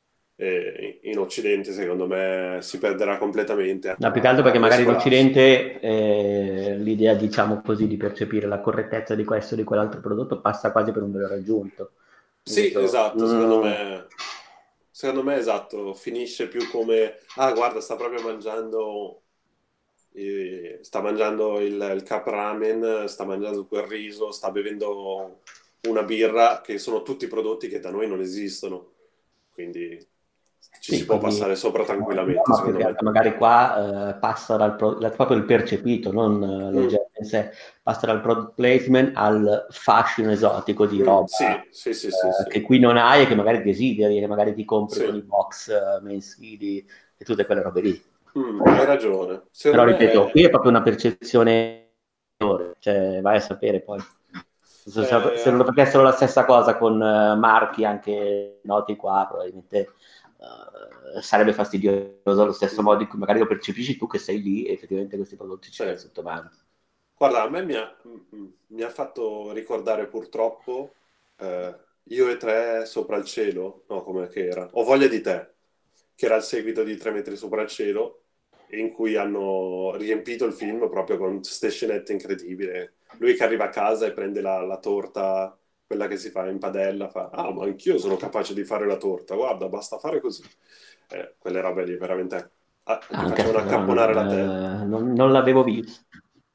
E in Occidente, secondo me, si perderà completamente No, più che a, altro a perché magari in mescolarsi. Occidente eh, l'idea, diciamo così, di percepire la correttezza di questo o di quell'altro prodotto passa quasi per un valore aggiunto. Nel Sì, senso, esatto, secondo mm, me, secondo me esatto, finisce più come, ah, guarda, sta proprio mangiando, eh, sta mangiando il, il cup ramen, sta mangiando quel riso, sta bevendo una birra, che sono tutti prodotti che da noi non esistono, quindi ci si sì, può quindi passare sopra diciamo, no, tranquillamente, ma più secondo che me. altro magari qua eh, passa dal pro- da- proprio il percepito, non eh, Mm, l'oggetto in sé, passa dal product placement al fascino esotico di mm, roba sì, sì, sì, sì, eh, sì, che qui non hai e che magari desideri, che magari ti compri sì. con i box eh, mensili e tutte quelle robe lì. Mm, hai ragione. Però Secondo me ripeto, qui è, è proprio una percezione, cioè vai a sapere poi. Se, se- se è- lo facessero la stessa cosa con eh, marchi anche noti qua, probabilmente eh, sarebbe fastidioso allo stesso mm, modo in cui magari lo percepisci tu che sei lì e effettivamente questi prodotti ce sì. li hai sotto mano. Guarda, a me mi ha, mm, mi ha fatto ricordare purtroppo eh, Io e tre sopra il cielo, no, come che era? Ho voglia di te, che era il seguito di Tre metri sopra il cielo, in cui hanno riempito il film proprio con queste scenette incredibili. Lui che arriva a casa e prende la, la torta, quella che si fa in padella, fa, ah, ma anch'io sono capace di fare la torta, guarda, basta fare così. Eh, quelle robe lì, veramente, ah, Ah, ti anche facevano se no, non, accapponare la testa. eh, non- non l'avevo visto.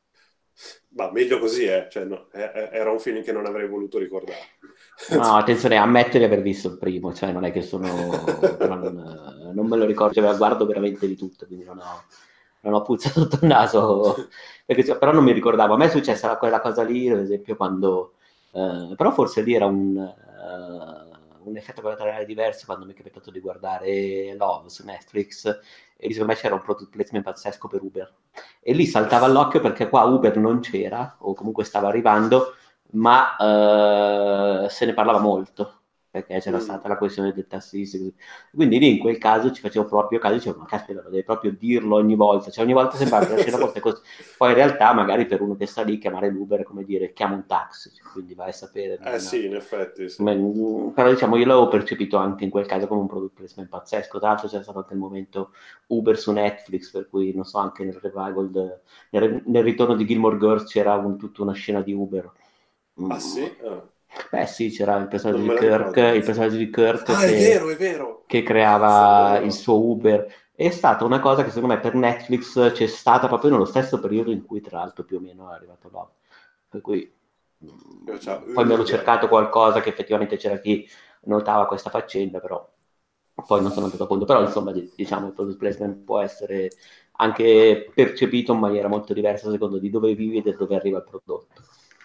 Ma meglio così, eh. Cioè, no, è- è- era un film che non avrei voluto ricordare. No, attenzione, ammetto di aver visto il primo, cioè non è che sono... però non, non me lo ricordo, cioè, guardo veramente di tutto, quindi non ho, non ho puzzato sotto il naso, perché, cioè, però non mi ricordavo. A me è successa quella cosa lì, ad esempio, quando... eh, però forse lì era un, eh, un effetto collaterale diverso quando mi è capitato di guardare Love su Netflix e lì secondo me c'era un product placement pazzesco per Uber. E lì saltava all'occhio perché qua Uber non c'era, o comunque stava arrivando, ma eh, se ne parlava molto perché c'era Mm, stata la questione del tassista. Quindi lì in quel caso ci facevo proprio caso, dicevo, ma caspita, devi proprio dirlo ogni volta, cioè ogni volta sembrava che la scena fosse così. Poi in realtà magari per uno che sta lì chiamare l'Uber è come dire chiama un taxi, cioè, quindi vai a sapere. eh Non... sì, in effetti, sì. come- Però diciamo io l'avevo percepito anche in quel caso come un product placement pazzesco. Tra l'altro c'è stato anche il momento Uber su Netflix, per cui non so, anche nel revival, de- nel, nel ritorno di Gilmore Girls c'era un- tutta una scena di Uber. Ah Mm. sì? Ah, Beh sì, c'era il personaggio non di me la Kirk, ricordo, il cazzo. personaggio di Kirk Ah, è che, vero, è vero! che Cazzo, è creava il vero. suo Uber. È stata una cosa che secondo me per Netflix c'è stata proprio nello stesso periodo in cui tra l'altro più o meno è arrivato Love. Per cui Io c'ho mm, poi mi ero Uber. cercato qualcosa che effettivamente c'era chi notava questa faccenda, però poi non sono andato a fondo. Però insomma di- diciamo il product placement può essere anche percepito in maniera molto diversa a seconda di dove vivi e da dove arriva il prodotto.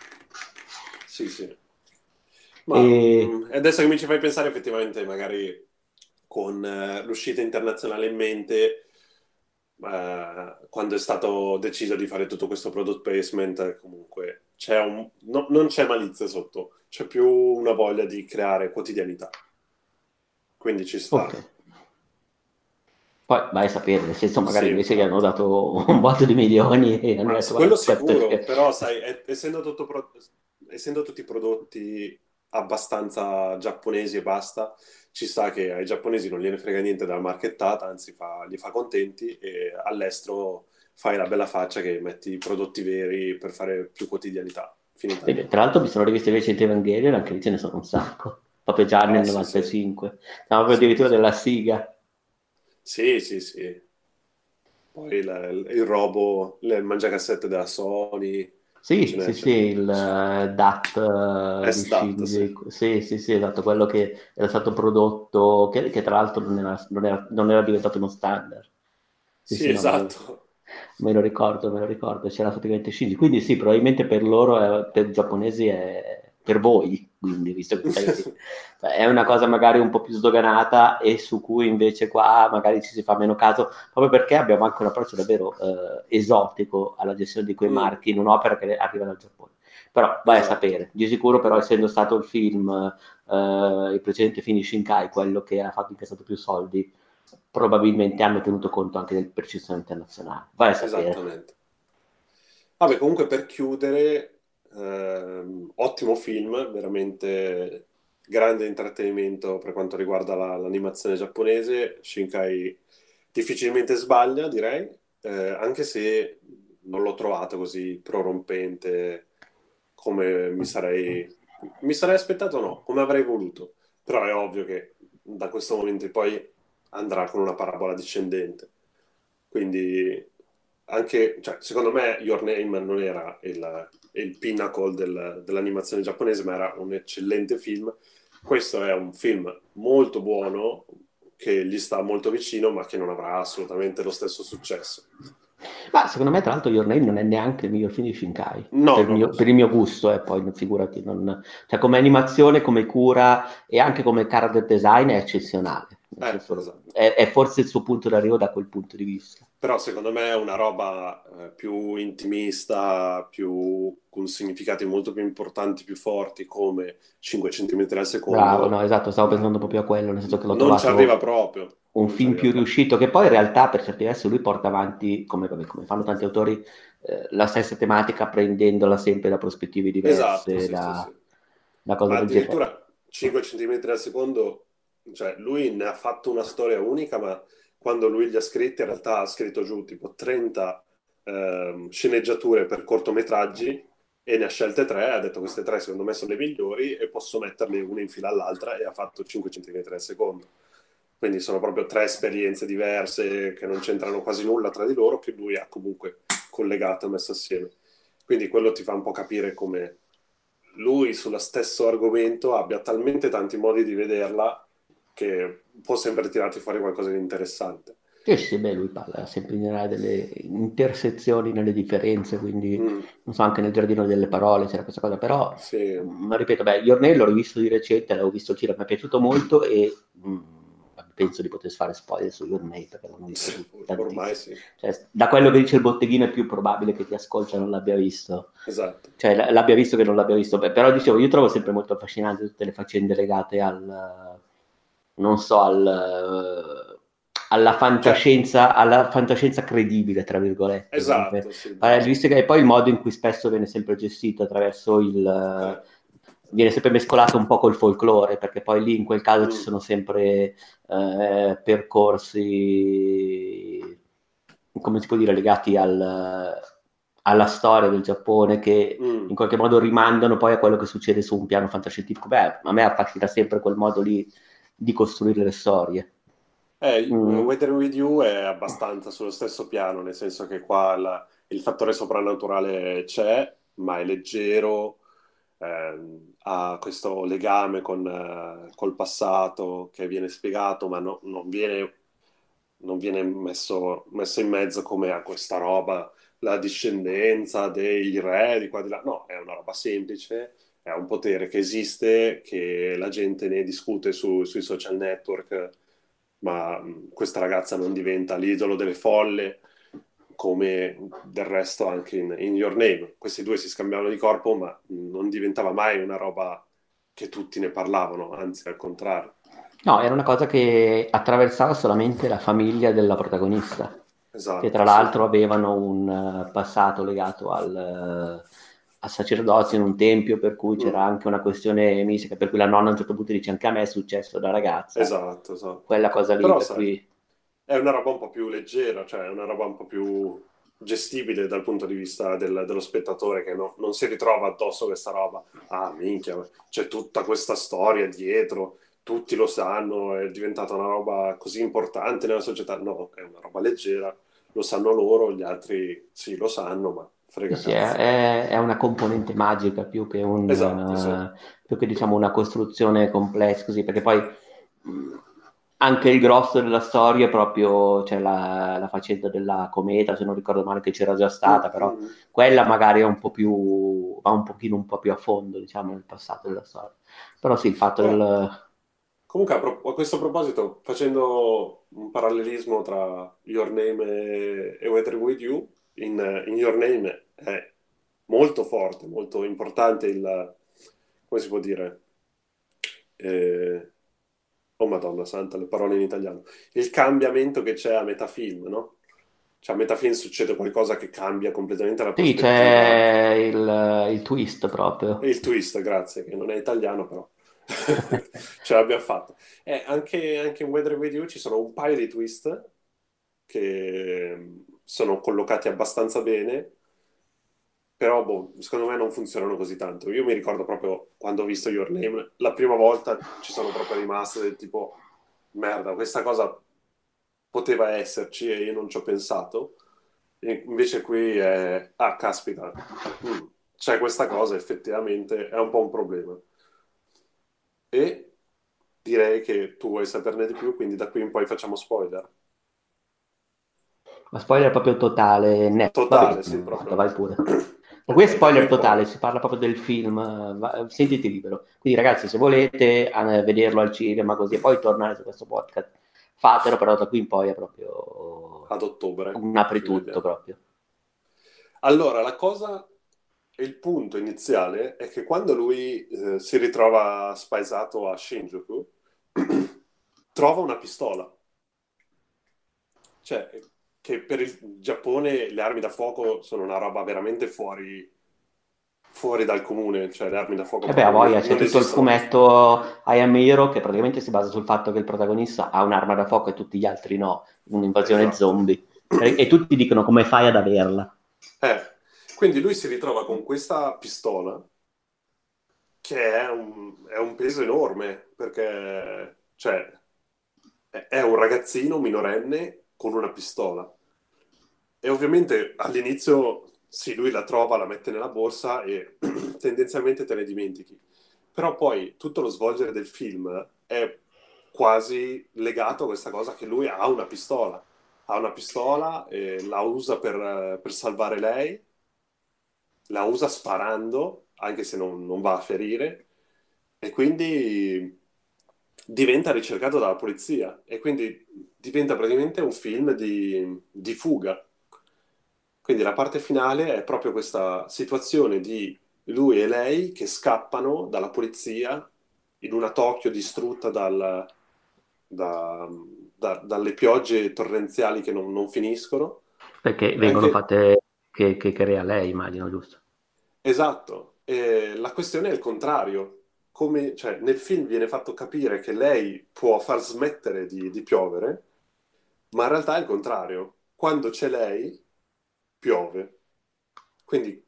Sì, sì. E Ma mh, adesso che mi ci fai pensare, effettivamente, magari con eh, l'uscita internazionale in mente, eh, quando è stato deciso di fare tutto questo product placement, eh, comunque c'è un, no- non c'è malizia sotto, c'è più una voglia di creare quotidianità. Quindi ci ok. sta. Poi vai a sapere, nel senso magari Sì, invece gli hanno infatti. dato un botto di milioni e hanno Ma detto su quello guarda, questo sicuro, è... però sai, è- essendo, tutto pro- essendo tutti prodotti abbastanza giapponesi e basta, ci sta che ai giapponesi non gliene frega niente della marchettata, anzi fa- li fa contenti e all'estero fai la bella faccia che metti i prodotti veri per fare più quotidianità. Finita lì. Vedi, tra l'altro mi sono rivisto invece i Evangelion, anche lì ce ne sono un sacco, proprio già nel Eh sì, sì, novantacinque, siamo proprio sì, addirittura sì. della siga. Sì, sì, sì. Poi il, il robo, il mangiacassette della Sony, ce Sì, sì, n'è, ce sì, n'è. il eh, D A T eh, di S-DAT, sì. Shinji, sì, sì, sì, esatto, quello che era stato prodotto, che, che tra l'altro non era, non era- non era diventato uno standard. Sì, Sì, sì, no, me lo, esatto. me lo ricordo, me lo ricordo, c'era praticamente Shinji, quindi sì, probabilmente per loro, è- per i giapponesi è per voi, quindi, visto che stai lì. Cioè, è una cosa magari un po' più sdoganata e su cui invece qua magari ci si fa meno caso, proprio perché abbiamo anche un approccio davvero eh, esotico alla gestione di quei Mm, marchi in un'opera che arriva dal Giappone. Però vai a esatto. sapere, di sicuro però Mm. essendo stato il film, eh, il precedente film di Shinkai, quello che ha fatto incassato più soldi, probabilmente hanno tenuto conto anche del percezione internazionale. Vai a sapere. Esattamente. Vabbè, comunque per chiudere, ehm, ottimo film, veramente grande intrattenimento per quanto riguarda la- l'animazione giapponese. Shinkai difficilmente sbaglia, direi, eh, anche se non l'ho trovato così prorompente come mi sarei, mi sarei aspettato, no, come avrei voluto. Però è ovvio che da questo momento in poi andrà con una parabola discendente. Quindi anche, cioè, secondo me Your Name non era il, il pinnacle del- dell'animazione giapponese, ma era un eccellente film. Questo è un film molto buono, che gli sta molto vicino, ma che non avrà assolutamente lo stesso successo. Ma secondo me, tra l'altro, Your Name non è neanche il miglior film di Shinkai. No, Per il no, mio, no, per il sì. mio gusto, e poi figurati, non, cioè come animazione, come cura e anche come character design è eccezionale. Nel Eh, senso, esatto. è, è forse il suo punto d'arrivo da quel punto di vista. Però secondo me è una roba eh, più intimista, più, con significati molto più importanti, più forti, come cinque centimetri al Bravo, secondo, no, esatto, stavo ma pensando proprio a quello, nel senso che l'ho non ci arriva trovato proprio. un Non ci film arriva più proprio. riuscito, che poi in realtà per certi versi lui porta avanti, come, come- come fanno tanti autori, eh, la stessa tematica prendendola sempre da prospettive Esatto, diverse, sì, sì, da, sì. da cose Ma del genere. addirittura cinque centimetri al secondo, cioè lui ne ha fatto una storia unica, ma quando lui li ha scritti, in realtà ha scritto giù tipo trenta ehm, sceneggiature per cortometraggi e ne ha scelte tre, ha detto queste tre secondo me sono le migliori e posso metterle una in fila all'altra e ha fatto cinque centimetri al secondo. Quindi sono proprio tre esperienze diverse che non c'entrano quasi nulla tra di loro, che lui ha comunque collegato e messo assieme. Quindi quello ti fa un po' capire come lui sullo stesso argomento abbia talmente tanti modi di vederla che può sempre tirarti fuori qualcosa di interessante. Sì, sì, beh, lui parla sempre in generale delle intersezioni nelle differenze, quindi Mm, non so, anche nel giardino delle parole c'era questa cosa, però, sì, ma ripeto, beh, Your Name l'ho rivisto di recente, l'avevo visto al cinema, mi è piaciuto molto e mh, penso di poter fare spoiler su Your Name perché l'hanno visto tutti, ormai tantissimo. sì, Cioè, da quello che dice il botteghino è più probabile che chi ascolta non l'abbia visto, esatto. cioè l- l'abbia visto che non l'abbia visto. Beh, però dicevo, io trovo sempre molto affascinante tutte le faccende legate al, non so, al, alla Cioè, fantascienza, alla fantascienza credibile, tra virgolette. Comunque, esatto, sì, eh, bravo. visto che poi il modo in cui spesso viene sempre gestito attraverso il... Eh, eh, viene sempre mescolato un po' col folklore, perché poi lì in quel caso ci mm, sono sempre eh, percorsi, come si può dire, legati al, alla storia del Giappone che in mm. qualche modo rimandano poi a quello che succede su un piano fantascientifico. Beh, a me affascina sempre quel modo lì di costruire le storie. Eh, Mm. Weather With You è abbastanza sullo stesso piano, nel senso che qua la- il fattore soprannaturale c'è, ma è leggero, ehm, ha questo legame con, eh, col passato che viene spiegato, ma no- non viene, non viene messo, messo in mezzo come a questa roba, la discendenza dei re di qua di là. No, è una roba semplice, è un potere che esiste, che la gente ne discute su- sui social network, ma mh, questa ragazza non diventa l'idolo delle folle come del resto anche in, in Your Name. Questi due si scambiavano di corpo, ma non diventava mai una roba che tutti ne parlavano, anzi al contrario. No, era una cosa che attraversava solamente la famiglia della protagonista, che tra Esatto, sì. l'altro avevano un eh, passato legato al, eh, al sacerdozio in un tempio, per cui c'era Mm, anche una questione mistica, per cui la nonna a un certo punto dice anche a me è successo da ragazza, esatto, esatto. quella cosa lì, Però, per sai, cui... è una roba un po' più leggera, cioè è una roba un po' più gestibile dal punto di vista del- dello spettatore che no- non si ritrova addosso questa roba. Ah, minchia, c'è tutta questa storia dietro. tutti lo sanno, è diventata una roba così importante nella società. No, è una roba leggera, lo sanno loro, gli altri sì lo sanno, ma Sì, frega sì, è, cazzo. è- è una componente magica più che, un, Esatto, sì. eh, più che diciamo una costruzione complessa, così, perché poi mh, anche il grosso della storia è proprio c'è la, la faccenda della cometa, se non ricordo male, che c'era già Mm, stata, però mm. quella magari è un po' più, va un pochino un po' più a fondo, diciamo, nel passato della storia. Però sì, il fatto Eh, del... Comunque, a, pro- a questo proposito, facendo un parallelismo tra Your Name e, e Weather With You, in, in Your Name è molto forte, molto importante il, come si può dire, eh, oh Madonna Santa, le parole in italiano, il cambiamento che c'è a metà film, no? Cioè a metà film succede qualcosa che cambia completamente la Sì, prospettiva. c'è il, il twist E proprio. il twist, grazie, che non è italiano, però ce l'abbiamo fatta. Eh, anche, anche in Weather With You ci sono un paio di twist che mm, sono collocati abbastanza bene, però boh, secondo me non funzionano così tanto. Io mi ricordo proprio quando ho visto Your Name, la prima volta ci sono proprio rimasto del tipo, merda, questa cosa poteva esserci e io non ci ho pensato. E invece qui è, ah, caspita, mm, c'è questa cosa, effettivamente è un po' un problema. E direi che tu vuoi saperne di più, quindi da qui in poi facciamo spoiler. Ma spoiler proprio totale, netto. Va Totale, bene, sì, guarda, proprio. vai pure. Ma qui è Ok, da qui spoiler in totale, poi. si parla proprio del film, eh, va- sentiti libero. Quindi ragazzi, se volete eh, vederlo al cinema così e poi tornare su questo podcast, fatelo, però da qui in poi è proprio Ad ottobre un apri ci tutto vediamo. proprio. Allora, la cosa, il punto iniziale è che quando lui eh, si ritrova spaesato a Shinjuku, trova una pistola. Cioè, che per il Giappone le armi da fuoco sono una roba veramente fuori, fuori dal comune, cioè le armi da fuoco E beh, a proprio non, voglia, es- c'è non tutto il esistono. fumetto I Am Hero che praticamente si basa sul fatto che il protagonista ha un'arma da fuoco e tutti gli altri no, un'invasione Esatto. zombie. E, e tutti dicono come fai ad averla. Eh, quindi lui si ritrova con questa pistola che è un, è un peso enorme, perché cioè, è è un ragazzino minorenne con una pistola. E ovviamente all'inizio sì, lui la trova, la mette nella borsa e tendenzialmente te ne dimentichi. Però poi tutto lo svolgere del film è quasi legato a questa cosa che lui ha una pistola. Ha una pistola e la usa per, per salvare lei, la usa sparando, anche se non, non va a ferire, e quindi diventa ricercato dalla polizia. E quindi diventa praticamente un film di, di fuga. Quindi la parte finale è proprio questa situazione di lui e lei che scappano dalla polizia in una Tokyo distrutta dal- da- da- dalle piogge torrenziali che non, non finiscono. Perché E vengono anche, fatte che, che crea lei, immagino, giusto? esatto, e la questione è il contrario. Come, cioè, nel film viene fatto capire che lei può far smettere di, di piovere, ma in realtà è il contrario. Quando c'è lei, piove. Quindi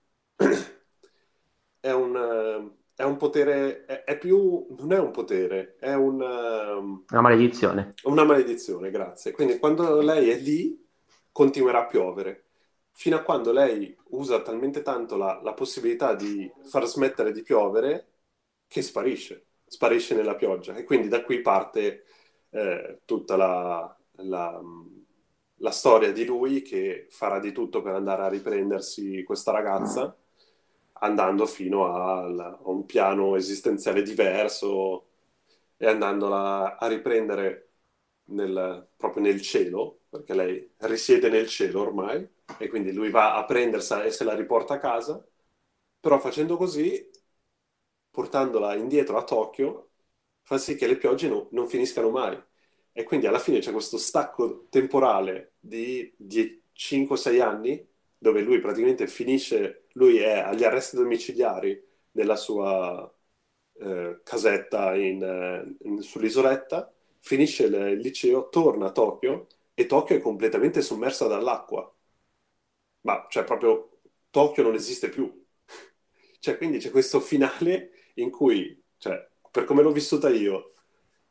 è un, eh, è un potere, è, è più, non è un potere, è un, ehm, Una maledizione. una maledizione, grazie. Quindi quando lei è lì, continuerà a piovere, fino a quando lei usa talmente tanto la, la possibilità di far smettere di piovere che sparisce, sparisce nella pioggia. E quindi da qui parte eh, tutta la, la, la storia di lui che farà di tutto per andare a riprendersi questa ragazza, andando fino al- a un piano esistenziale diverso e andandola a riprendere nel- proprio nel cielo, perché lei risiede nel cielo ormai, e quindi lui va a prendersela e se la riporta a casa, però facendo così, portandola indietro a Tokyo, fa sì che le piogge no- non finiscano mai. E quindi alla fine c'è questo stacco temporale di, di cinque sei anni, dove lui praticamente finisce, lui è agli arresti domiciliari nella sua eh, casetta in, eh, in- sull'isoletta, finisce il, il liceo, torna a Tokyo e Tokyo è completamente sommersa dall'acqua. Ma cioè proprio Tokyo non esiste più. Cioè, quindi c'è questo finale in cui, cioè, per come l'ho vissuta io,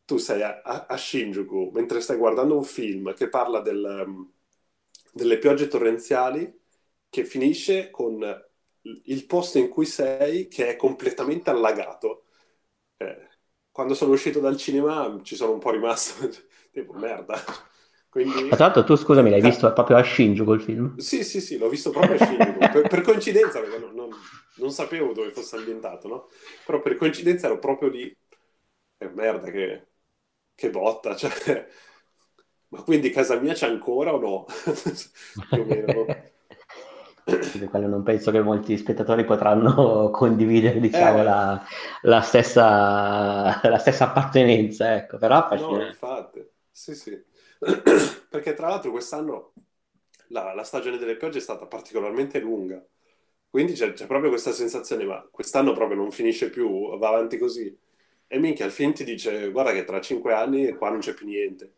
tu sei a, a- a Shinjuku mentre stai guardando un film che parla del, um, delle piogge torrenziali, che finisce con il posto in cui sei che è completamente allagato. Eh, Quando sono uscito dal cinema ci sono un po' rimasto, tipo, merda. Ma tra Quindi, l'altro tu, scusami, cioè, l'hai ca- visto proprio a Shinjuku il film? sì, sì, sì, l'ho visto proprio a Shinjuku, per, per coincidenza, perché non, non- non sapevo dove fosse ambientato, no? Però per coincidenza ero proprio lì. E merda, che, che botta, cioè... Ma quindi casa mia c'è ancora o no? Più o meno, no? Sì, per quello non penso che molti spettatori potranno condividere, diciamo, Eh, la, la stessa, la stessa appartenenza, ecco, però no, affascinante. infatti, sì, sì. Perché tra l'altro quest'anno la, la stagione delle piogge è stata particolarmente lunga, quindi c'è c'è proprio questa sensazione, ma quest'anno proprio non finisce più, va avanti così. E minchia, il film ti dice, guarda che tra cinque anni qua non c'è più niente.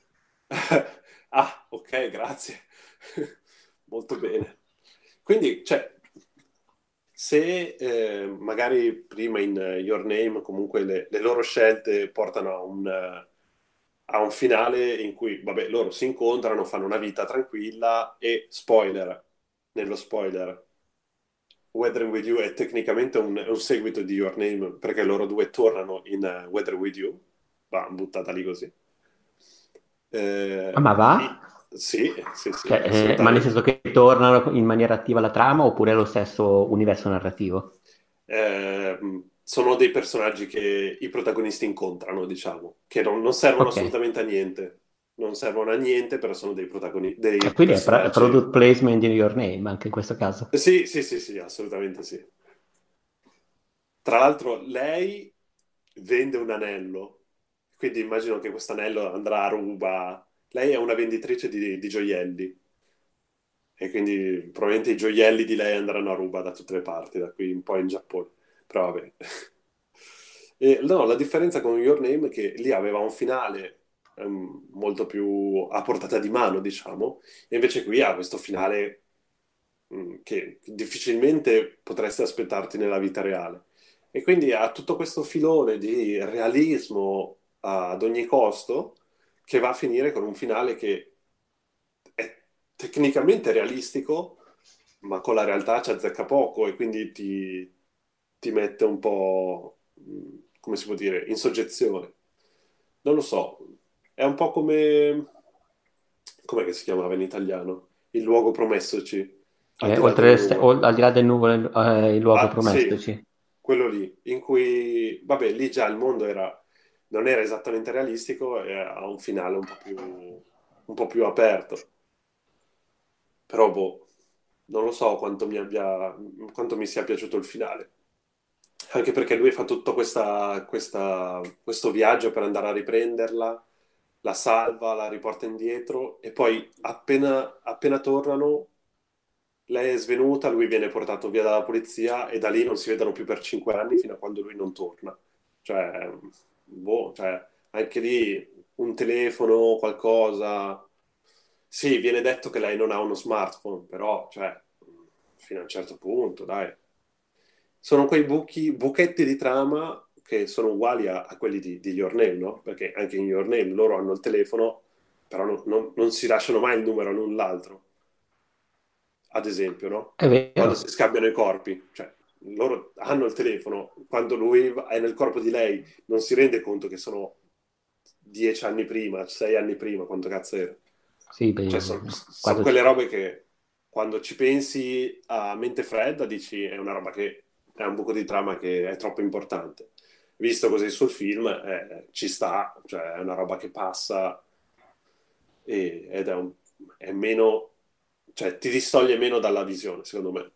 Ah, ok, grazie. Molto bene. Quindi, cioè, se eh, magari prima in eh, Your Name comunque le, le loro scelte portano a un, eh, a un finale in cui, vabbè, loro si incontrano, fanno una vita tranquilla e spoiler, nello spoiler, Weathering With You è tecnicamente un, è un seguito di Your Name perché loro due tornano in eh, Weather With You, va buttata lì così. Ah, ma Eh, va? i- sì, sì, sì, Cioè, eh, ma nel senso assolutamente. che tornano in maniera attiva alla trama oppure è lo stesso universo narrativo? Ehm, sono dei personaggi che i protagonisti incontrano, diciamo, che non, non servono Ok. assolutamente a niente. Non servono a niente, però sono dei protagonisti, E dei quindi è, pra- è personaggi. product placement in your name anche in questo caso. Sì, sì, sì, sì, assolutamente sì. Tra l'altro, lei vende un anello, quindi immagino che questo anello andrà a ruba. Lei è una venditrice di, di gioielli, e quindi probabilmente i gioielli di lei andranno a ruba da tutte le parti, da qui un po' in Giappone. Però vabbè. E, no, la differenza con Your Name è che lì aveva un finale ehm, molto più a portata di mano, diciamo, e invece qui ha questo finale mh, che difficilmente potresti aspettarti nella vita reale. E quindi ha tutto questo filone di realismo ad ogni costo che va a finire con un finale che è tecnicamente realistico, ma con la realtà ci azzecca poco e quindi ti, ti mette un po', mh, come si può dire, in soggezione. Non lo so, è un po' come... Com'è che si chiamava in italiano? Il luogo promessoci, al Eh, di là oltre delle le ste- o- nuvole. al di là del nuvole, eh, il luogo Ah, sì, promessoci. quello lì, in cui, vabbè, lì già il mondo era, non era esattamente realistico e ha un finale un po' più, un po' più aperto. Però, boh, non lo so quanto mi abbia, quanto mi sia piaciuto il finale. Anche perché lui fa tutto questa, questa- questo viaggio per andare a riprenderla, la salva, la riporta indietro e poi appena, appena tornano, lei è svenuta, lui viene portato via dalla polizia e da lì non si vedono più per cinque anni fino a quando lui non torna. Cioè, boh, cioè, anche lì un telefono, qualcosa. Sì, viene detto che lei non ha uno smartphone, però, cioè, fino a un certo punto, dai. Sono quei buchi, buchetti di trama che sono uguali a, a quelli di, di Your Name, no? Perché anche in Your Name loro hanno il telefono, però non, non- non si lasciano mai il numero l'un l'altro. Ad esempio, no? È Quando si vero. scambiano i corpi, cioè, loro hanno il telefono, quando lui è nel corpo di lei non si rende conto che sono dieci anni prima, sei anni prima, quanto cazzo era. Sì, Cioè, beh, sono quando ci- quelle robe che quando ci pensi a mente fredda dici è una roba che è un buco di trama che è troppo importante. Visto così sul film, eh, ci sta, cioè è una roba che passa e- ed è, un- è meno, cioè ti distoglie meno dalla visione, secondo me.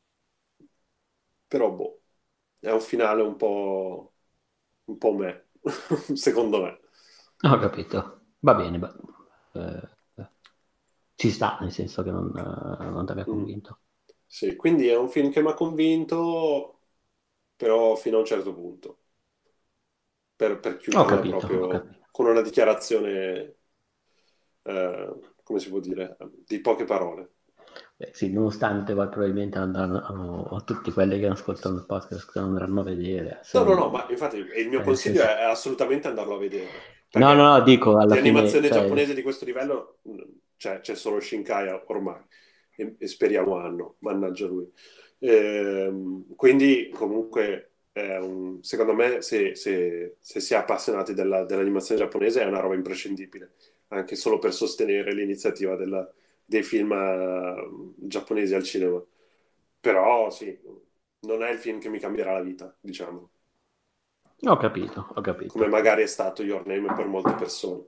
Però, boh, è un finale un po', un po' me, secondo me. ho capito. Va bene, va- eh, eh, ci sta, nel senso che non, eh, non ti abbia Mm. convinto. Sì, quindi è un film che mi ha convinto, però fino a un certo punto. per, per Ho chiuderla capito, ho proprio capito. con una dichiarazione, eh, come si può dire, di poche parole. Eh, sì, nonostante poi probabilmente andranno, o tutti quelli che ascoltano il podcast andranno a vedere. Se No, no, no, non- ma infatti il mio eh, se- consiglio se- è, è assolutamente andarlo a vedere, No, no, perché no, dico alla di fine, animazione cioè, giapponese di questo livello mh, c'è, c'è solo Shinkai ormai, e, e speriamo hanno, mannaggia lui. Ehm, quindi comunque è un- secondo me se, se- se si è appassionati della- dell'animazione giapponese è una roba imprescindibile, anche solo per sostenere l'iniziativa della- dei film eh, giapponesi al cinema. Però sì, non è il film che mi cambierà la vita, diciamo, ho capito, ho come capito. magari è stato Your Name per molte persone.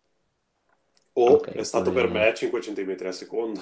O Ok, è stato per pure... me cinque centimetri al secondo.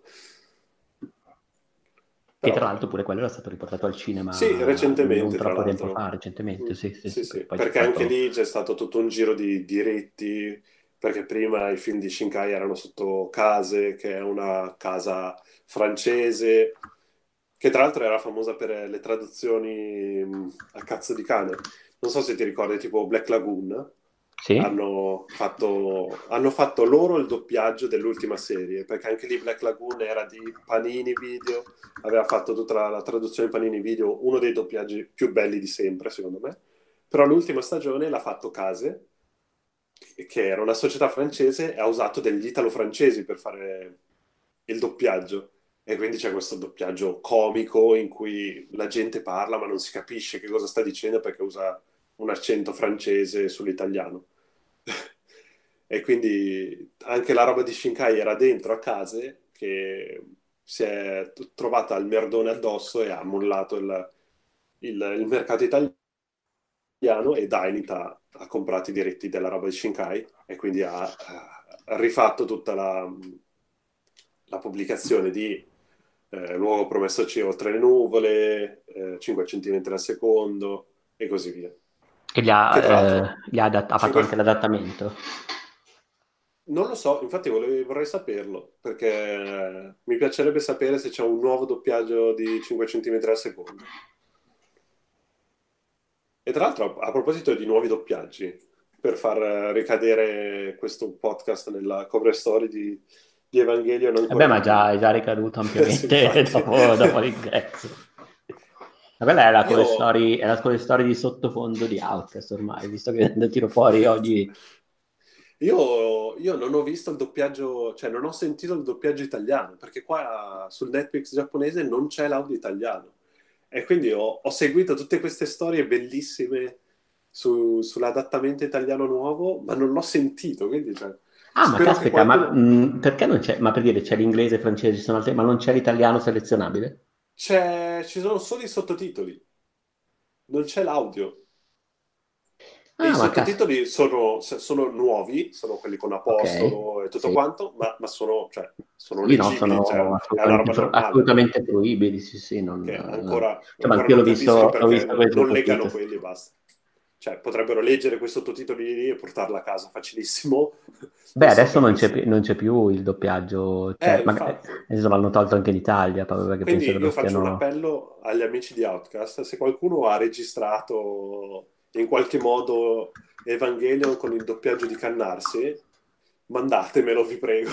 E Però tra vabbè. l'altro pure quello era stato riportato al Sì, cinema non recentemente, tra troppo tempo l'altro. fa, Mm, recentemente, sì, sì, sì, sì, sì, perché poi c'è perché anche stato... lì c'è stato tutto un giro di diritti, perché prima i film di Shinkai erano sotto Case, che è una casa francese, che tra l'altro era famosa per le traduzioni mm, a cazzo di cane. Non so se ti ricordi, tipo Black Lagoon. Sì? Hanno fatto, hanno fatto loro il doppiaggio dell'ultima serie, perché anche lì Black Lagoon era di Panini Video, aveva fatto tutta la, la traduzione Panini Video, uno dei doppiaggi più belli di sempre, secondo me. Però l'ultima stagione l'ha fatto Case, che era una società francese, e ha usato degli italo-francesi per fare il doppiaggio. E quindi c'è questo doppiaggio comico in cui la gente parla ma non si capisce che cosa sta dicendo perché usa un accento francese sull'italiano. E quindi anche la roba di Shinkai era dentro a case che si è t- trovata il merdone addosso e ha mollato il, il- il mercato italiano e Dynit ha, ha comprato i diritti della roba di Shinkai e quindi ha, ha rifatto tutta la, la pubblicazione di eh, Luogo promesso C oltre le nuvole, eh, cinque centimetri al secondo e così via. E gli Che ha, tra eh, l'altro gli ha, adat- ha fatto anche cinque l'adattamento. non lo so, infatti volevo- vorrei saperlo, perché mi piacerebbe sapere se c'è un nuovo doppiaggio di cinque centimetri al secondo. E tra l'altro, a a proposito di nuovi doppiaggi, per far eh, ricadere questo podcast nella cover story di, di Evangelion Vabbè, ancora ma di più. già, è già ricaduto Sì, ampiamente infatti. dopo, dopo l'ingresso. Ma quella è la cover Io, story, è la cover story di sottofondo di Outcast ormai, visto che ne tiro fuori oggi. io, io non ho visto il doppiaggio, cioè non ho sentito il doppiaggio italiano, perché qua sul Netflix giapponese non c'è l'audio italiano. E quindi ho, ho seguito tutte queste storie bellissime su- sull'adattamento italiano nuovo, ma non l'ho sentito, quindi cioè, Ah, ma spero che caspita, ma qualcuno... mh, perché non c'è? Ma per dire, c'è l'inglese, il francese, ci sono altre, ma non c'è l'italiano selezionabile? C'è, ci sono solo i sottotitoli, non c'è l'audio. E i Ah, ma caspita, sottotitoli sono, sono nuovi, sono quelli con ok, apostolo e tutto sì. quanto, ma, ma sono, cioè, sono Sì, no, leggibili, cioè, sono è una assolutamente, roba fru- normale, assolutamente fruibili, sì, sì, non, che eh, ancora, cioè, ma ancora anch'io non l'ho capisco visto, l'ho perché visto con i non leggano sottotitoli. quelli e basta. Cioè, potrebbero leggere quei sottotitoli lì e portarla a casa facilissimo, Beh, non so adesso non perché c'è sì. più, non c'è più il doppiaggio, Eh, cioè, magari, infatti. adesso l'hanno tolto anche in Italia, proprio perché penso Quindi che lo io faccio un stiano... appello agli amici di Outcast, se qualcuno ha registrato in qualche modo Evangelion con il doppiaggio di Cannarsi, mandatemelo, vi prego.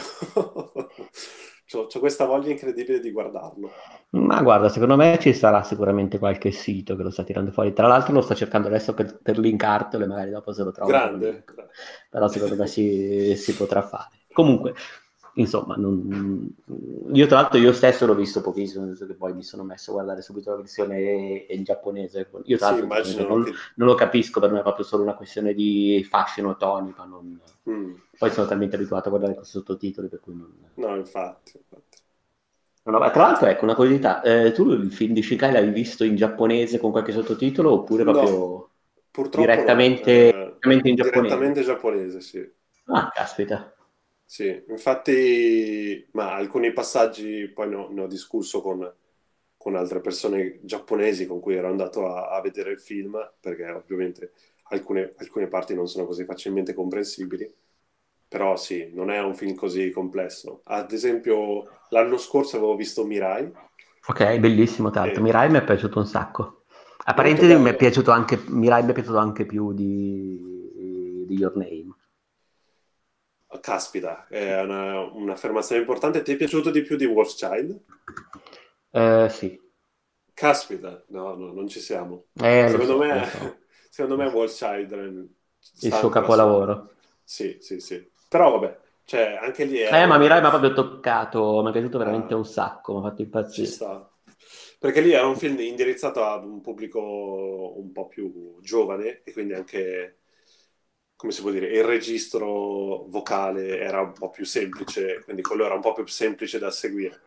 C'ho, c'ho questa voglia incredibile di guardarlo. Ma guarda, secondo me ci sarà sicuramente qualche sito che lo sta tirando fuori. Tra l'altro lo sto cercando adesso per, per linkartelo e magari dopo se lo trovo te lo Grande. link. Però secondo me si, si potrà fare. Comunque, insomma, non- io tra l'altro io stesso l'ho visto pochissimo, nel senso che poi mi sono messo a guardare subito la versione in giapponese. Io tra Sì, l'altro il giapponese immagino non, che... non lo capisco, per me è proprio solo una questione di fascino tonico. Non... mm, Poi sono talmente abituato a guardare con i sottotitoli per cui non... no, infatti, infatti. No, no, ma tra l'altro, ecco, una curiosità, eh, tu il film di Shinkai l'hai visto in giapponese con qualche sottotitolo oppure No, proprio purtroppo no. direttamente, Eh, direttamente in giapponese? direttamente giapponese, sì. Ah, caspita. Sì, infatti, ma alcuni passaggi poi ne ho, ne ho discusso con, con altre persone giapponesi con cui ero andato a, a vedere il film, perché ovviamente alcune, alcune parti non sono così facilmente comprensibili, però sì, non è un film così complesso. Ad esempio, l'anno scorso avevo visto Mirai, Ok, bellissimo, tra l'altro. e Mirai mi è piaciuto un sacco. A molto parentesi mi è bello. piaciuto anche, Mirai mi è piaciuto anche più di, di Your Name. Caspita, è una, un'affermazione importante. Ti è piaciuto di più di Wolf's Child? Eh, sì, Caspita, no, no, non ci siamo. eh, lo Secondo so, me, lo so. secondo Lo me so. Wolf's Child eh, Il sta suo ancora sopra. capolavoro. Sì, sì, sì. Però vabbè, cioè, anche lì è Eh, ma un... Mirai mi ha proprio toccato, mi è piaciuto veramente ah, un sacco, mi ha fatto ci impazzire. sta. Perché lì era un film indirizzato ad un pubblico un po' più giovane e quindi anche, come si può dire, il registro vocale era un po' più semplice, quindi quello era un po' più semplice da seguire.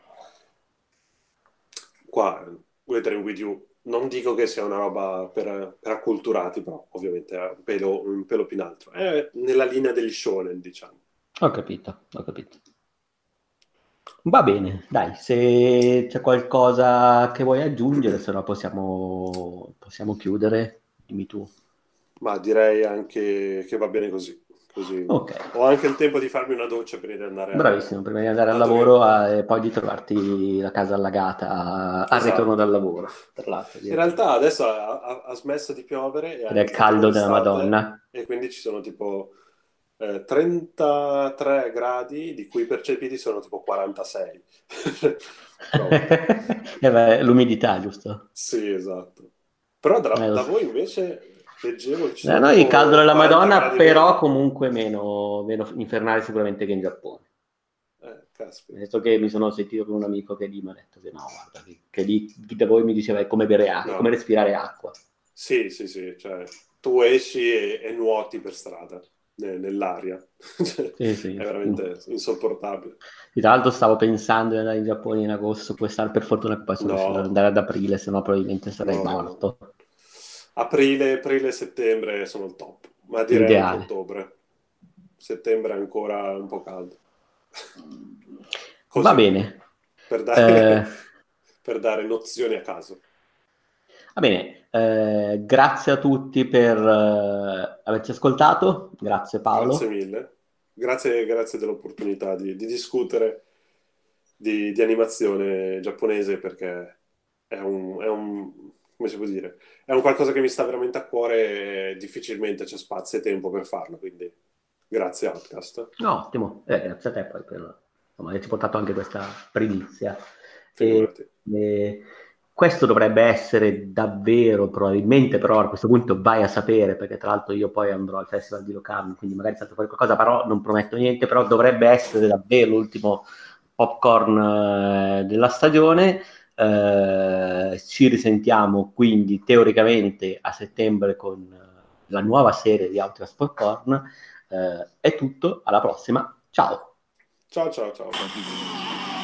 Qua, Weathering with You, non dico che sia una roba per, per acculturati, però ovviamente è un pelo, un pelo più in alto. È nella linea degli shonen, diciamo. Ho capito, ho capito. Va bene, dai, se c'è qualcosa che vuoi aggiungere, se no possiamo, possiamo chiudere. Dimmi tu. Ma direi anche che va bene così. Così Ok, ho anche il tempo di farmi una doccia prima di andare a, bravissimo, prima di andare al a lavoro dormire. a- e poi di trovarti la casa allagata al ritorno dal Esatto. lavoro, tra l'altro, In direttamente. realtà adesso ha, ha- ha smesso di piovere e ha Ed è il iniziato caldo della l'estate Madonna. e quindi ci sono tipo eh, trentatré gradi, di cui percepiti sono tipo quarantasei. Troppo. E beh, l'umidità, giusto? Sì, esatto. Però da, Eh, lo da so. voi invece leggevo che ci Da sono noi il caldo tipo della quaranta Madonna, gradi però veri. comunque meno, meno infernale sicuramente che in Giappone. Eh, Nel caspita. senso che mi sono sentito con un amico che lì mi ha detto che no, guarda, che, che lì chi da voi mi diceva è come bere acqua, come No. respirare acqua. Sì, sì, sì, cioè tu esci e, e nuoti per strada, ne- nell'aria. Cioè, Sì, è sì. Mm. veramente insopportabile. Sì, tra l'altro stavo pensando di andare in Giappone in agosto quest'anno, per fortuna che poi sono riuscito ad No, andare ad aprile, sennò probabilmente sarei no, no, no. morto. Aprile, aprile e settembre sono il top, ma direi anche L'ideale. ottobre. Settembre è ancora un po' caldo. Va Così, bene. per Eh, dare, per dare nozioni a caso. Va bene, eh, grazie a tutti per eh, averci ascoltato, grazie Grazie Paolo. mille. Grazie, grazie dell'opportunità di, di discutere di, di animazione giapponese perché è un, è un, come si può dire, è un qualcosa che mi sta veramente a cuore e difficilmente c'è spazio e tempo per farlo, quindi grazie Outcast, No, ottimo, eh, grazie a te poi per insomma, averci portato anche questa primizia. E, figurati. e questo dovrebbe essere davvero, probabilmente, però a questo punto vai a sapere, perché tra l'altro io poi andrò al Festival di Locarno, quindi magari salto fuori qualcosa, però non prometto niente, però dovrebbe essere davvero l'ultimo popcorn eh, della stagione. Eh, ci risentiamo quindi teoricamente a settembre con eh, la nuova serie di Outlast Popcorn. Eh, è tutto, alla prossima, ciao! Ciao ciao ciao.